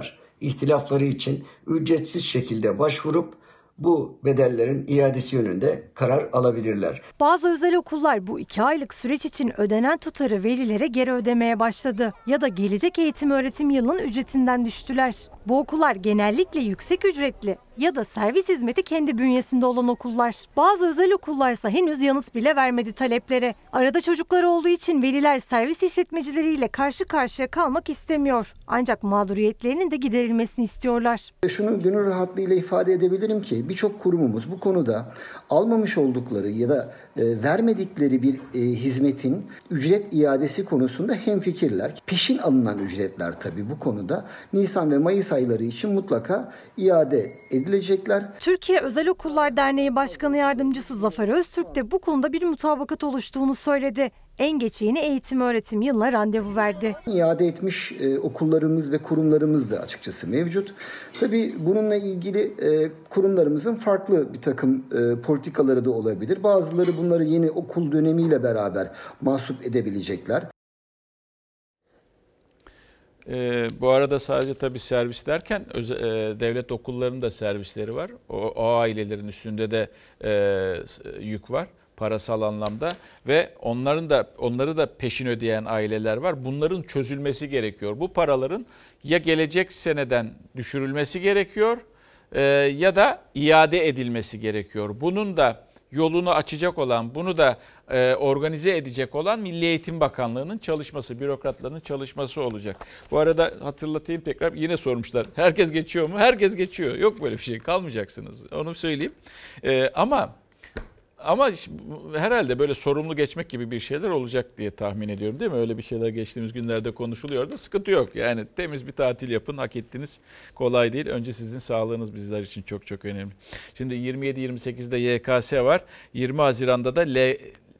ihtilafları için ücretsiz şekilde başvurup bu bedellerin iadesi yönünde karar alabilirler. Bazı özel okullar bu iki aylık süreç için ödenen tutarı velilere geri ödemeye başladı ya da gelecek eğitim öğretim yılının ücretinden düştüler. Bu okullar genellikle yüksek ücretli ya da servis hizmeti kendi bünyesinde olan okullar. Bazı özel okullarsa henüz yanıt bile vermedi taleplere. Arada çocuklar olduğu için veliler servis işletmecileriyle karşı karşıya kalmak istemiyor. Ancak mağduriyetlerinin de giderilmesini istiyorlar. Şunu gönül rahatlığıyla ifade edebilirim ki birçok kurumumuz bu konuda almamış oldukları ya da e, vermedikleri bir e, hizmetin ücret iadesi konusunda hemfikirler. Peşin alınan ücretler tabii bu konuda Nisan ve Mayıs ayları için mutlaka iade edilecekler. Türkiye Özel Okullar Derneği Başkanı Yardımcısı Zafer Öztürk de bu konuda bir mutabakat oluştuğunu söyledi. En geç yeni eğitim öğretim yılına randevu verdi. İade etmiş e, okullarımız ve kurumlarımız da açıkçası mevcut. Tabii bununla ilgili e, kurumlarımızın farklı bir takım e, politikaları da olabilir. Bazıları bunları yeni okul dönemiyle beraber mahsup edebilecekler. Ee, bu arada sadece tabii servis derken özel, e, devlet okullarının da servisleri var. O, o ailelerin üstünde de e, yük var parasal anlamda ve onların da onları da peşin ödeyen aileler var. Bunların çözülmesi gerekiyor. Bu paraların ya gelecek seneden düşürülmesi gerekiyor e, ya da iade edilmesi gerekiyor. Bunun da yolunu açacak olan, bunu da e, organize edecek olan Milli Eğitim Bakanlığı'nın çalışması, bürokratların çalışması olacak. Bu arada hatırlatayım tekrar, yine sormuşlar. Herkes geçiyor mu? Herkes geçiyor. Yok böyle bir şey, kalmayacaksınız. Onu söyleyeyim. E, ama ama herhalde böyle sorumlu geçmek gibi bir şeyler olacak diye tahmin ediyorum, değil mi? Öyle bir şeyler geçtiğimiz günlerde konuşuluyordu. Sıkıntı yok. Yani temiz bir tatil yapın, hak ettiniz. Kolay değil. Önce sizin sağlığınız bizler için çok çok önemli. Şimdi yirmi yedi yirmi sekizde Y K S var. yirmi Haziran'da da L,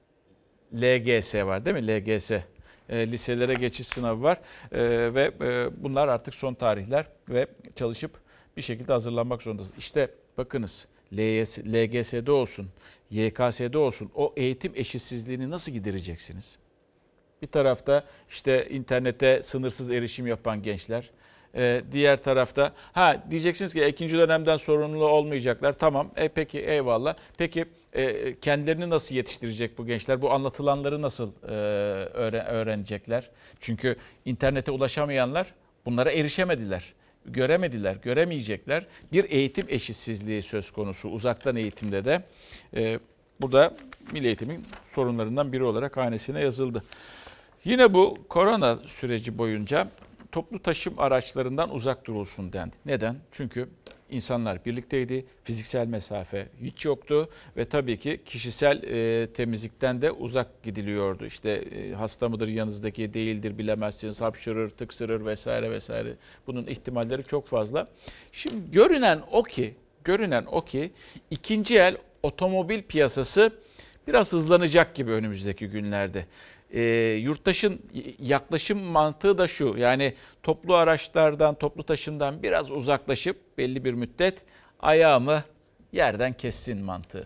LGS var, değil mi? L G S. E, liselere geçiş sınavı var. E, ve e, bunlar artık son tarihler ve çalışıp bir şekilde hazırlanmak zorundasınız. İşte bakınız, L G S'de olsun, Y K S'de olsun o eğitim eşitsizliğini nasıl gidereceksiniz? Bir tarafta işte internete sınırsız erişim yapan gençler, ee, diğer tarafta ha diyeceksiniz ki ikinci dönemden sorumlu olmayacaklar. Tamam, e, peki eyvallah. Peki e, kendilerini nasıl yetiştirecek bu gençler? Bu anlatılanları nasıl e, öğren- öğrenecekler? Çünkü internete ulaşamayanlar bunlara erişemediler. Göremediler, göremeyecekler. Bir eğitim eşitsizliği söz konusu uzaktan eğitimde de. E, bu da Milli Eğitim'in sorunlarından biri olarak hanesine yazıldı. Yine bu korona süreci boyunca toplu taşım araçlarından uzak durulsun dendi. Neden? Çünkü insanlar birlikteydi, fiziksel mesafe hiç yoktu ve tabii ki kişisel e, temizlikten de uzak gidiliyordu. İşte e, hasta mıdır yanınızdaki, değildir bilemezsiniz, hapşırır, tıksırır vesaire vesaire. Bunun ihtimalleri çok fazla. Şimdi görünen o ki, görünen o ki ikinci el otomobil piyasası biraz hızlanacak gibi önümüzdeki günlerde. E, yurttaşın yaklaşım mantığı da şu, yani toplu araçlardan, toplu taşımdan biraz uzaklaşıp belli bir müddet ayağımı yerden kessin mantığı.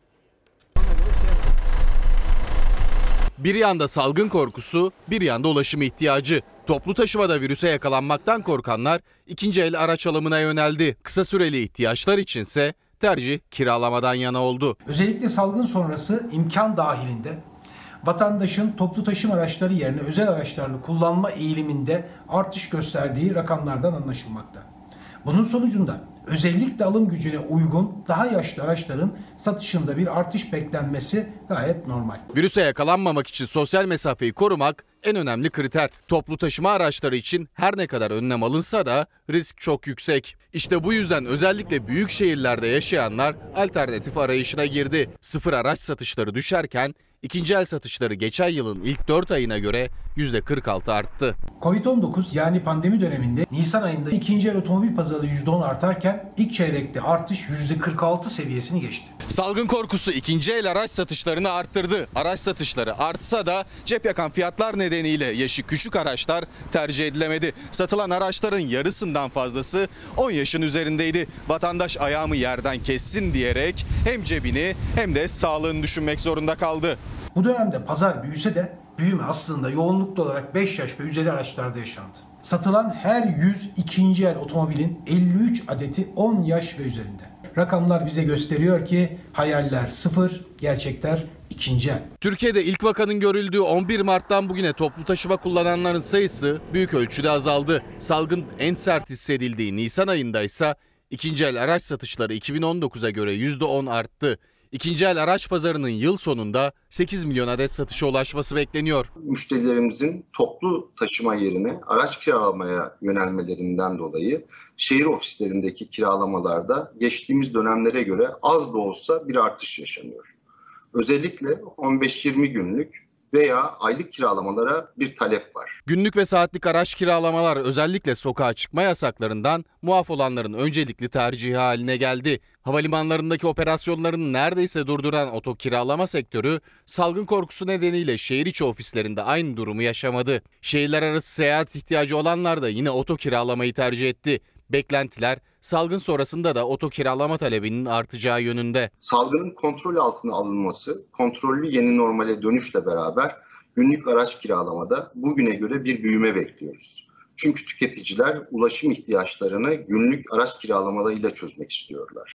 Bir yanda salgın korkusu, bir yanda ulaşım ihtiyacı. Toplu taşımada virüse yakalanmaktan korkanlar ikinci el araç alımına yöneldi. Kısa süreli ihtiyaçlar içinse tercih kiralamadan yana oldu. Özellikle salgın sonrası imkan dahilinde vatandaşın toplu taşıma araçları yerine özel araçlarını kullanma eğiliminde artış gösterdiği rakamlardan anlaşılmakta. Bunun sonucunda özellikle alım gücüne uygun daha yaşlı araçların satışında bir artış beklenmesi gayet normal. Virüse yakalanmamak için sosyal mesafeyi korumak en önemli kriter. Toplu taşıma araçları için her ne kadar önlem alınsa da risk çok yüksek. İşte bu yüzden özellikle büyük şehirlerde yaşayanlar alternatif arayışına girdi. Sıfır araç satışları düşerken ikinci el satışları geçen yılın ilk dört ayına göre yüzde kırk altı arttı. Covid on dokuz yani pandemi döneminde Nisan ayında ikinci el otomobil pazarı yüzde on artarken ilk çeyrekte artış yüzde kırk altı seviyesini geçti. Salgın korkusu ikinci el araç satışlarını arttırdı. Araç satışları artsa da cep yakan fiyatlar nedeniyle yaşı küçük araçlar tercih edilemedi. Satılan araçların yarısından fazlası on yaşın üzerindeydi. Vatandaş ayağımı yerden kessin diyerek hem cebini hem de sağlığını düşünmek zorunda kaldı. Bu dönemde pazar büyüse de büyüme aslında yoğunluklu olarak beş yaş ve üzeri araçlarda yaşandı. Satılan her yüz ikinci el otomobilin elli üç adeti on yaş ve üzerinde. Rakamlar bize gösteriyor ki hayaller sıfır, gerçekler ikinci el. Türkiye'de ilk vakanın görüldüğü on bir Mart'tan bugüne toplu taşıma kullananların sayısı büyük ölçüde azaldı. Salgın en sert hissedildiği Nisan ayında ise ikinci el araç satışları iki bin on dokuza göre yüzde on arttı. İkinci el araç pazarının yıl sonunda sekiz milyon adet satışa ulaşması bekleniyor. Müşterilerimizin toplu taşıma yerine araç kiralamaya yönelmelerinden dolayı şehir ofislerindeki kiralamalarda geçtiğimiz dönemlere göre az da olsa bir artış yaşanıyor. Özellikle on beş yirmi günlük veya aylık kiralamalara bir talep var. Günlük ve saatlik araç kiralamalar özellikle sokağa çıkma yasaklarından muaf olanların öncelikli tercihi haline geldi. Havalimanlarındaki operasyonlarını neredeyse durduran oto kiralama sektörü salgın korkusu nedeniyle şehir içi ofislerinde aynı durumu yaşamadı. Şehirler arası seyahat ihtiyacı olanlar da yine oto kiralamayı tercih etti. Beklentiler salgın sonrasında da oto kiralama talebinin artacağı yönünde. Salgının kontrol altına alınması, kontrollü yeni normale dönüşle beraber günlük araç kiralamada bugüne göre bir büyüme bekliyoruz. Çünkü tüketiciler ulaşım ihtiyaçlarını günlük araç kiralamalarıyla çözmek istiyorlar.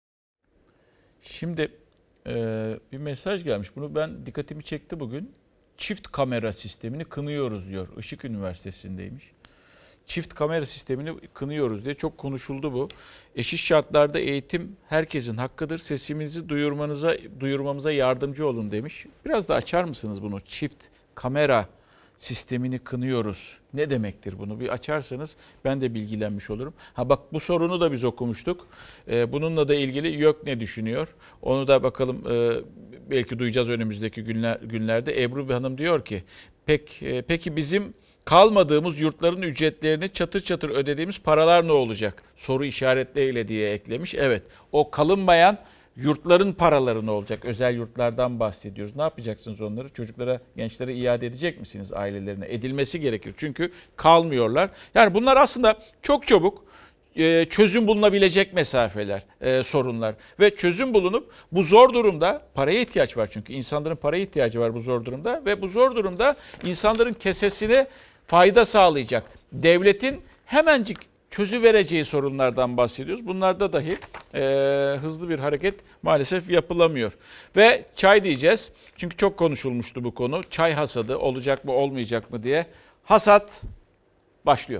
Şimdi e, bir mesaj gelmiş. Bunu ben dikkatimi çekti bugün. Çift kamera sistemini kınıyoruz diyor. Işık Üniversitesi'ndeymiş. Çift kamera sistemini kınıyoruz diye çok konuşuldu bu. Eşit şartlarda eğitim herkesin hakkıdır. Sesimizi duyurmanıza, duyurmamıza yardımcı olun demiş. Biraz da açar mısınız bunu? Çift kamera sistemini kınıyoruz. Ne demektir bunu? Bir açarsanız ben de bilgilenmiş olurum. Ha bak, bu sorunu da biz okumuştuk. Ee, bununla da ilgili YÖK ne düşünüyor? Onu da bakalım, e, belki duyacağız önümüzdeki günler, günlerde. Ebru Hanım diyor ki, pek e, peki bizim kalmadığımız yurtların ücretlerini çatır çatır ödediğimiz paralar ne olacak? Soru işaretleriyle diye eklemiş. Evet, o kalınmayan yurtların paraları ne olacak? Özel yurtlardan bahsediyoruz. Ne yapacaksınız onları? Çocuklara, gençlere iade edecek misiniz ailelerine? Edilmesi gerekir çünkü kalmıyorlar. Yani bunlar aslında çok çabuk çözüm bulunabilecek mesafeler, sorunlar. Ve çözüm bulunup bu zor durumda, paraya ihtiyaç var çünkü. insanların paraya ihtiyacı var bu zor durumda. Ve bu zor durumda insanların kesesine fayda sağlayacak, devletin hemencik çözüvereceği sorunlardan bahsediyoruz. Bunlarda dahi e, hızlı bir hareket maalesef yapılamıyor. Ve çay diyeceğiz. Çünkü çok konuşulmuştu bu konu. Çay hasadı olacak mı olmayacak mı diye. Hasat başlıyor.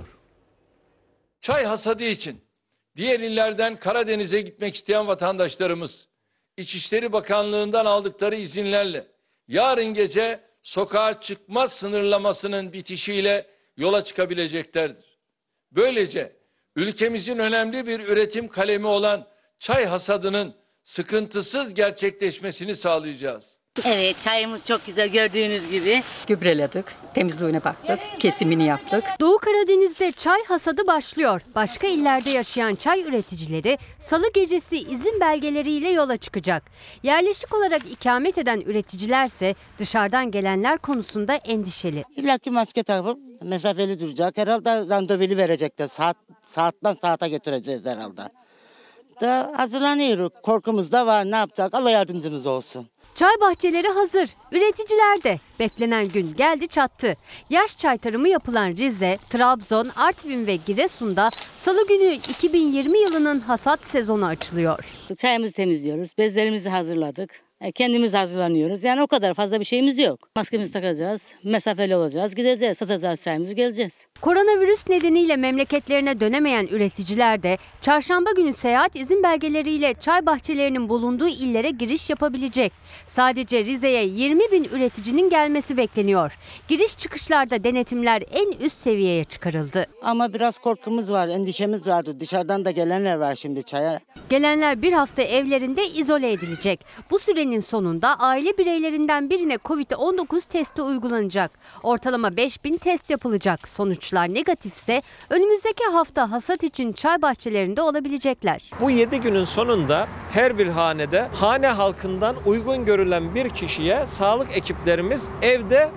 Çay hasadı için diğer illerden Karadeniz'e gitmek isteyen vatandaşlarımız İçişleri Bakanlığı'ndan aldıkları izinlerle yarın gece sokağa çıkma sınırlamasının bitişiyle yola çıkabileceklerdir. Böylece ülkemizin önemli bir üretim kalemi olan çay hasadının sıkıntısız gerçekleşmesini sağlayacağız. Evet, çayımız çok güzel, gördüğünüz gibi. Gübreledik, temizliğine baktık, kesimini yaptık. Doğu Karadeniz'de çay hasadı başlıyor. Başka illerde yaşayan çay üreticileri salı gecesi izin belgeleriyle yola çıkacak. Yerleşik olarak ikamet eden üreticilerse dışarıdan gelenler konusunda endişeli. İlla ki maske takıp mesafeli duracak. Herhalde randevulu verecekler. Saat, saatten saate getireceğiz herhalde. Da hazırlanıyoruz. Korkumuz da var. Ne yapacak? Allah yardımcımız olsun. Çay bahçeleri hazır, üreticiler de. Beklenen gün geldi çattı. Yaş çay tarımı yapılan Rize, Trabzon, Artvin ve Giresun'da salı günü iki bin yirmi yılının hasat sezonu açılıyor. Çayımızı temizliyoruz, bezlerimizi hazırladık. Kendimiz hazırlanıyoruz. Yani o kadar fazla bir şeyimiz yok. Maskemizi takacağız, mesafeli olacağız, gideceğiz, satacağız çayımızı, geleceğiz. Koronavirüs nedeniyle memleketlerine dönemeyen üreticiler de çarşamba günü seyahat izin belgeleriyle çay bahçelerinin bulunduğu illere giriş yapabilecek. Sadece Rize'ye yirmi bin üreticinin gelmesi bekleniyor. Giriş çıkışlarda denetimler en üst seviyeye çıkarıldı. Ama biraz korkumuz var, endişemiz vardı. Dışarıdan da gelenler var şimdi çaya. Gelenler bir hafta evlerinde izole edilecek. Bu sürenin sonunda aile bireylerinden birine kovid on dokuz testi uygulanacak. Ortalama beş bin test yapılacak. Sonuçlar negatifse önümüzdeki hafta hasat için çay bahçelerinde olabilecekler. Bu yedi günün sonunda her bir hanede hane halkından uygun görülen bir kişiye sağlık ekiplerimiz evde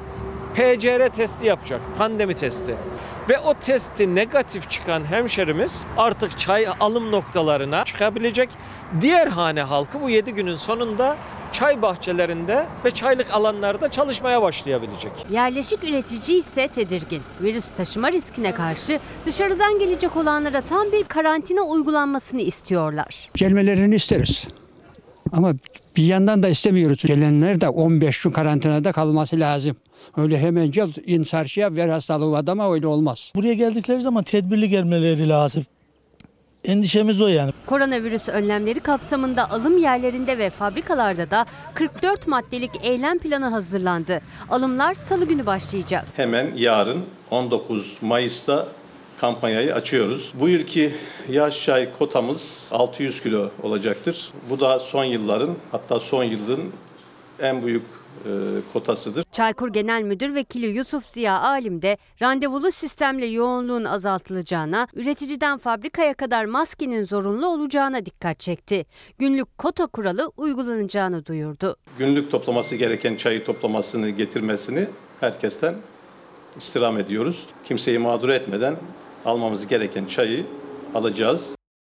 P C R testi yapacak, pandemi testi. Ve o testi negatif çıkan hemşerimiz artık çay alım noktalarına çıkabilecek. Diğer hane halkı bu yedi günün sonunda çay bahçelerinde ve çaylık alanlarda çalışmaya başlayabilecek. Yerleşik üretici ise tedirgin. Virüs taşıma riskine karşı dışarıdan gelecek olanlara tam bir karantina uygulanmasını istiyorlar. Gelmelerini isteriz. Ama bir yandan da istemiyoruz. Gelenler de on beş gün karantinada kalması lazım. Öyle hemen insarşıya ver hastalığı adama, öyle olmaz. Buraya geldikleri zaman tedbirli gelmeleri lazım. Endişemiz o yani. Koronavirüs önlemleri kapsamında alım yerlerinde ve fabrikalarda da kırk dört maddelik eylem planı hazırlandı. Alımlar salı günü başlayacak. Hemen yarın on dokuz Mayıs'ta kampanyayı açıyoruz. Bu yılki yaş çay kotamız altı yüz kilo olacaktır. Bu da son yılların, hatta son yılın en büyük e, kotasıdır. Çaykur Genel Müdür Vekili Yusuf Ziya Alim de randevulu sistemle yoğunluğun azaltılacağına, üreticiden fabrikaya kadar maskenin zorunlu olacağına dikkat çekti. Günlük kota kuralı uygulanacağını duyurdu. Günlük toplaması gereken çayı toplamasını, getirmesini herkesten istirham ediyoruz. Kimseyi mağdur etmeden almamız gereken çayı alacağız.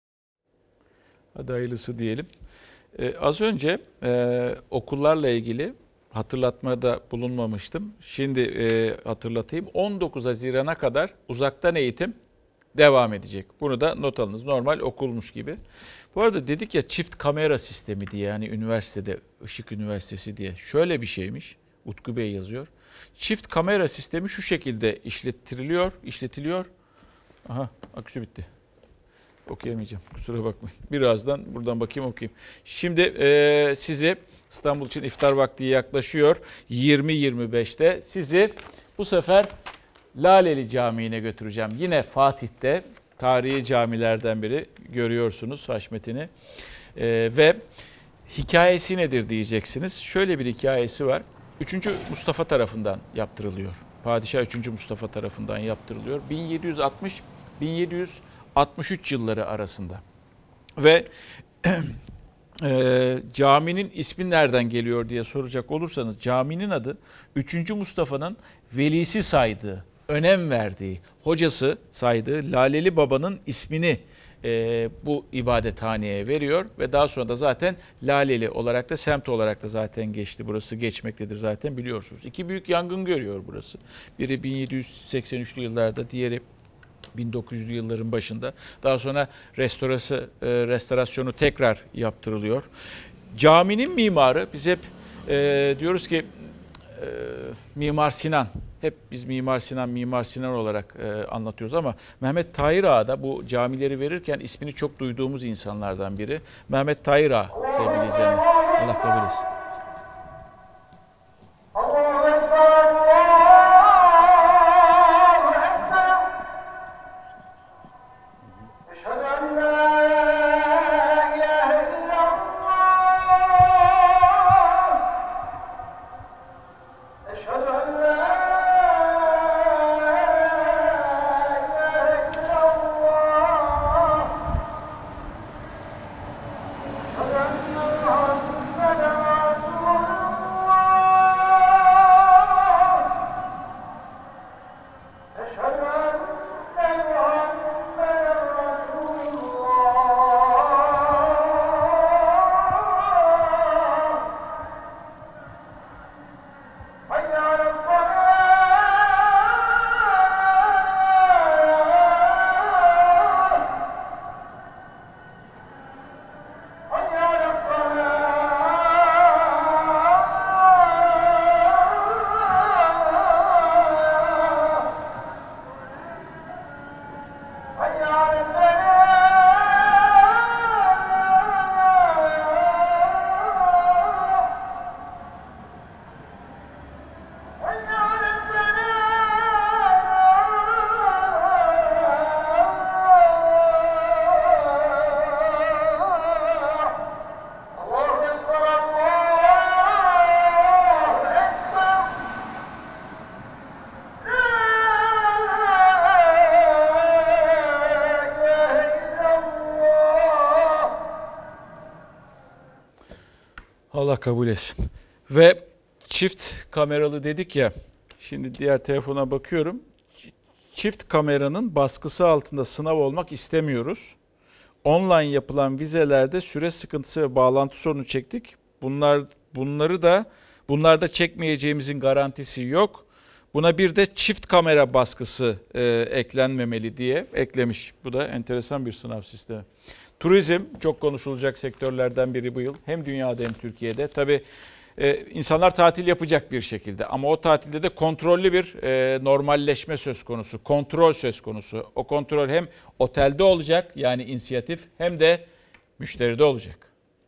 Hadi hayırlısı diyelim. Ee, az önce e, okullarla ilgili hatırlatmada bulunmamıştım. Şimdi e, hatırlatayım. on dokuz Haziran'a kadar uzaktan eğitim devam edecek. Bunu da not alınız. Normal okulmuş gibi. Bu arada dedik ya çift kamera sistemi diye, yani üniversitede, Işık Üniversitesi diye. Şöyle bir şeymiş. Utku Bey yazıyor. Çift kamera sistemi şu şekilde işlettiriliyor, işletiliyor. Aha, aküsü bitti. Okuyamayacağım, kusura bakmayın. Birazdan buradan bakayım, okuyayım. Şimdi e, sizi İstanbul için iftar vakti yaklaşıyor. yirmi yirmi beşte sizi bu sefer Laleli Camii'ne götüreceğim. Yine Fatih'te, tarihi camilerden biri, görüyorsunuz haşmetini. E, ve hikayesi nedir diyeceksiniz. Şöyle bir hikayesi var. üçüncü Mustafa tarafından yaptırılıyor. Padişah üçüncü Mustafa tarafından yaptırılıyor. bin yedi yüz altmış bin yedi yüz altmış üç yılları arasında. Ve e, caminin ismi nereden geliyor diye soracak olursanız, caminin adı üçüncü Mustafa'nın velisi saydığı, önem verdiği, hocası saydığı Laleli Baba'nın ismini e, bu ibadethaneye veriyor ve daha sonra da zaten Laleli olarak da, semt olarak da zaten geçti. Burası geçmektedir zaten, biliyorsunuz. İki büyük yangın görüyor burası. Biri bin yedi yüz seksen üçlü yıllarda, diğeri bin dokuz yüzlü yılların başında. Daha sonra restorası, e, restorasyonu tekrar yaptırılıyor. Caminin mimarı, biz hep e, diyoruz ki e, Mimar Sinan. Hep biz Mimar Sinan, Mimar Sinan olarak e, anlatıyoruz ama Mehmet Tahir Ağa da bu camileri verirken ismini çok duyduğumuz insanlardan biri. Mehmet Tahir Ağa sevgili izleyenler. Allah kabul etsin. Allah kabul etsin. Ve çift kameralı dedik ya, Şimdi diğer telefona bakıyorum. Çift kameranın baskısı altında sınav olmak istemiyoruz. Online yapılan vizelerde süre sıkıntısı ve bağlantı sorunu çektik. Bunlar bunları da bunlarda çekmeyeceğimizin garantisi yok. Buna bir de çift kamera baskısı e, eklenmemeli diye eklemiş. Bu da enteresan bir sınav sistemi. Turizm çok konuşulacak sektörlerden biri bu yıl. Hem dünyada hem Türkiye'de. Tabii e, insanlar tatil yapacak bir şekilde ama o tatilde de kontrollü bir e, normalleşme söz konusu. Kontrol söz konusu. O kontrol hem otelde olacak yani inisiyatif hem de müşteride olacak.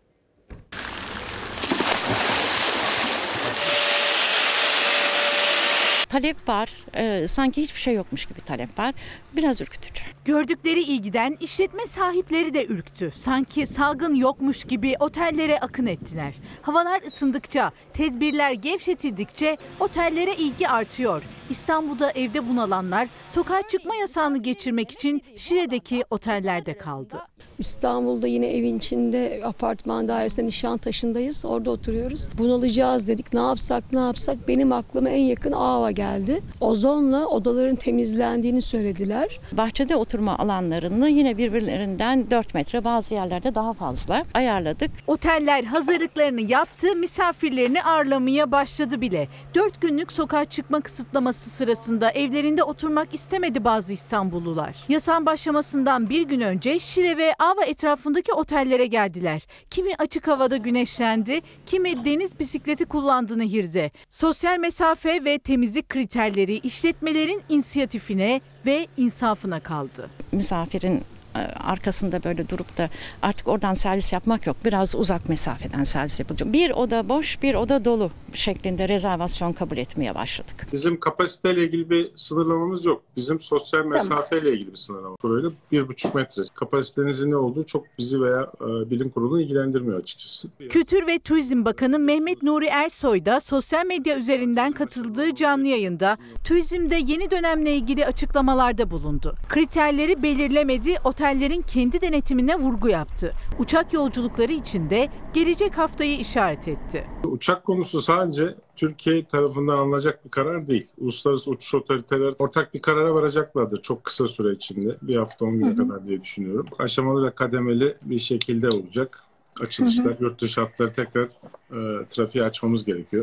Talep var. Ee, sanki hiçbir şey yokmuş gibi talep var. Biraz ürkütücü. Gördükleri ilgiden işletme sahipleri de ürktü. Sanki salgın yokmuş gibi otellere akın ettiler. Havalar ısındıkça, tedbirler gevşetildikçe otellere ilgi artıyor. İstanbul'da evde bunalanlar sokağa çıkma yasağını geçirmek için Şile'deki otellerde kaldı. İstanbul'da yine evin içinde apartman dairesinde Nişantaşı'ndayız. Orada oturuyoruz. Bunalacağız dedik. Ne yapsak ne yapsak. Benim aklıma en yakın Ava geldi. Ozonla odaların temizlendiğini söylediler. Bahçede oturma alanlarını yine birbirlerinden dört metre, bazı yerlerde daha fazla ayarladık. Oteller hazırlıklarını yaptı, misafirlerini ağırlamaya başladı bile. dört günlük sokağa çıkma kısıtlaması sırasında evlerinde oturmak istemedi bazı İstanbullular. Yasağın başlamasından bir gün önce Şile ve Ava etrafındaki otellere geldiler. Kimi açık havada güneşlendi, kimi deniz bisikleti kullandı nehirde. Sosyal mesafe ve temizlik kriterleri işletmelerin inisiyatifine ve insafına kaldı. Misafirin arkasında böyle durup da artık oradan servis yapmak yok. Biraz uzak mesafeden servis yapılacak. Bir oda boş, bir oda dolu şeklinde rezervasyon kabul etmeye başladık. Bizim kapasiteyle ilgili bir sınırlamamız yok. Bizim sosyal mesafeyle ilgili bir sınırlama. Böyle bir buçuk metre. Kapasitenizin ne olduğu çok bizi veya e, bilim kurulunu ilgilendirmiyor açıkçası. Kültür ve Turizm Bakanı Mehmet Nuri Ersoy da sosyal medya üzerinden katıldığı canlı yayında turizmde yeni dönemle ilgili açıklamalarda bulundu. Kriterleri belirlemedi, otellerin kendi denetimine vurgu yaptı. Uçak yolculukları için de gelecek haftayı işaret etti. Uçak konusu sadece Türkiye tarafından alınacak bir karar değil. Uluslararası uçuş otoriteleri ortak bir karara varacaklardır çok kısa süre içinde. Bir hafta on güne kadar diye düşünüyorum. Aşamalı ve kademeli bir şekilde olacak. Açılışlar, hı hı. Yurt dışı hatları tekrar e, trafiğe açmamız gerekiyor.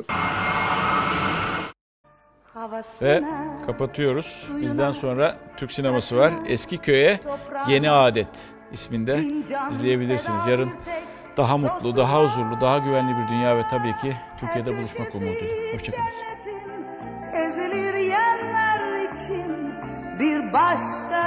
Ve kapatıyoruz. Bizden sonra Türk sineması var. Eski Köye Yeni Adet isminde izleyebilirsiniz. Yarın daha mutlu, daha huzurlu, daha güvenli bir dünya ve tabii ki Türkiye'de buluşmak umuduyla. Hoşçakalın. Ezilir yerler için bir başka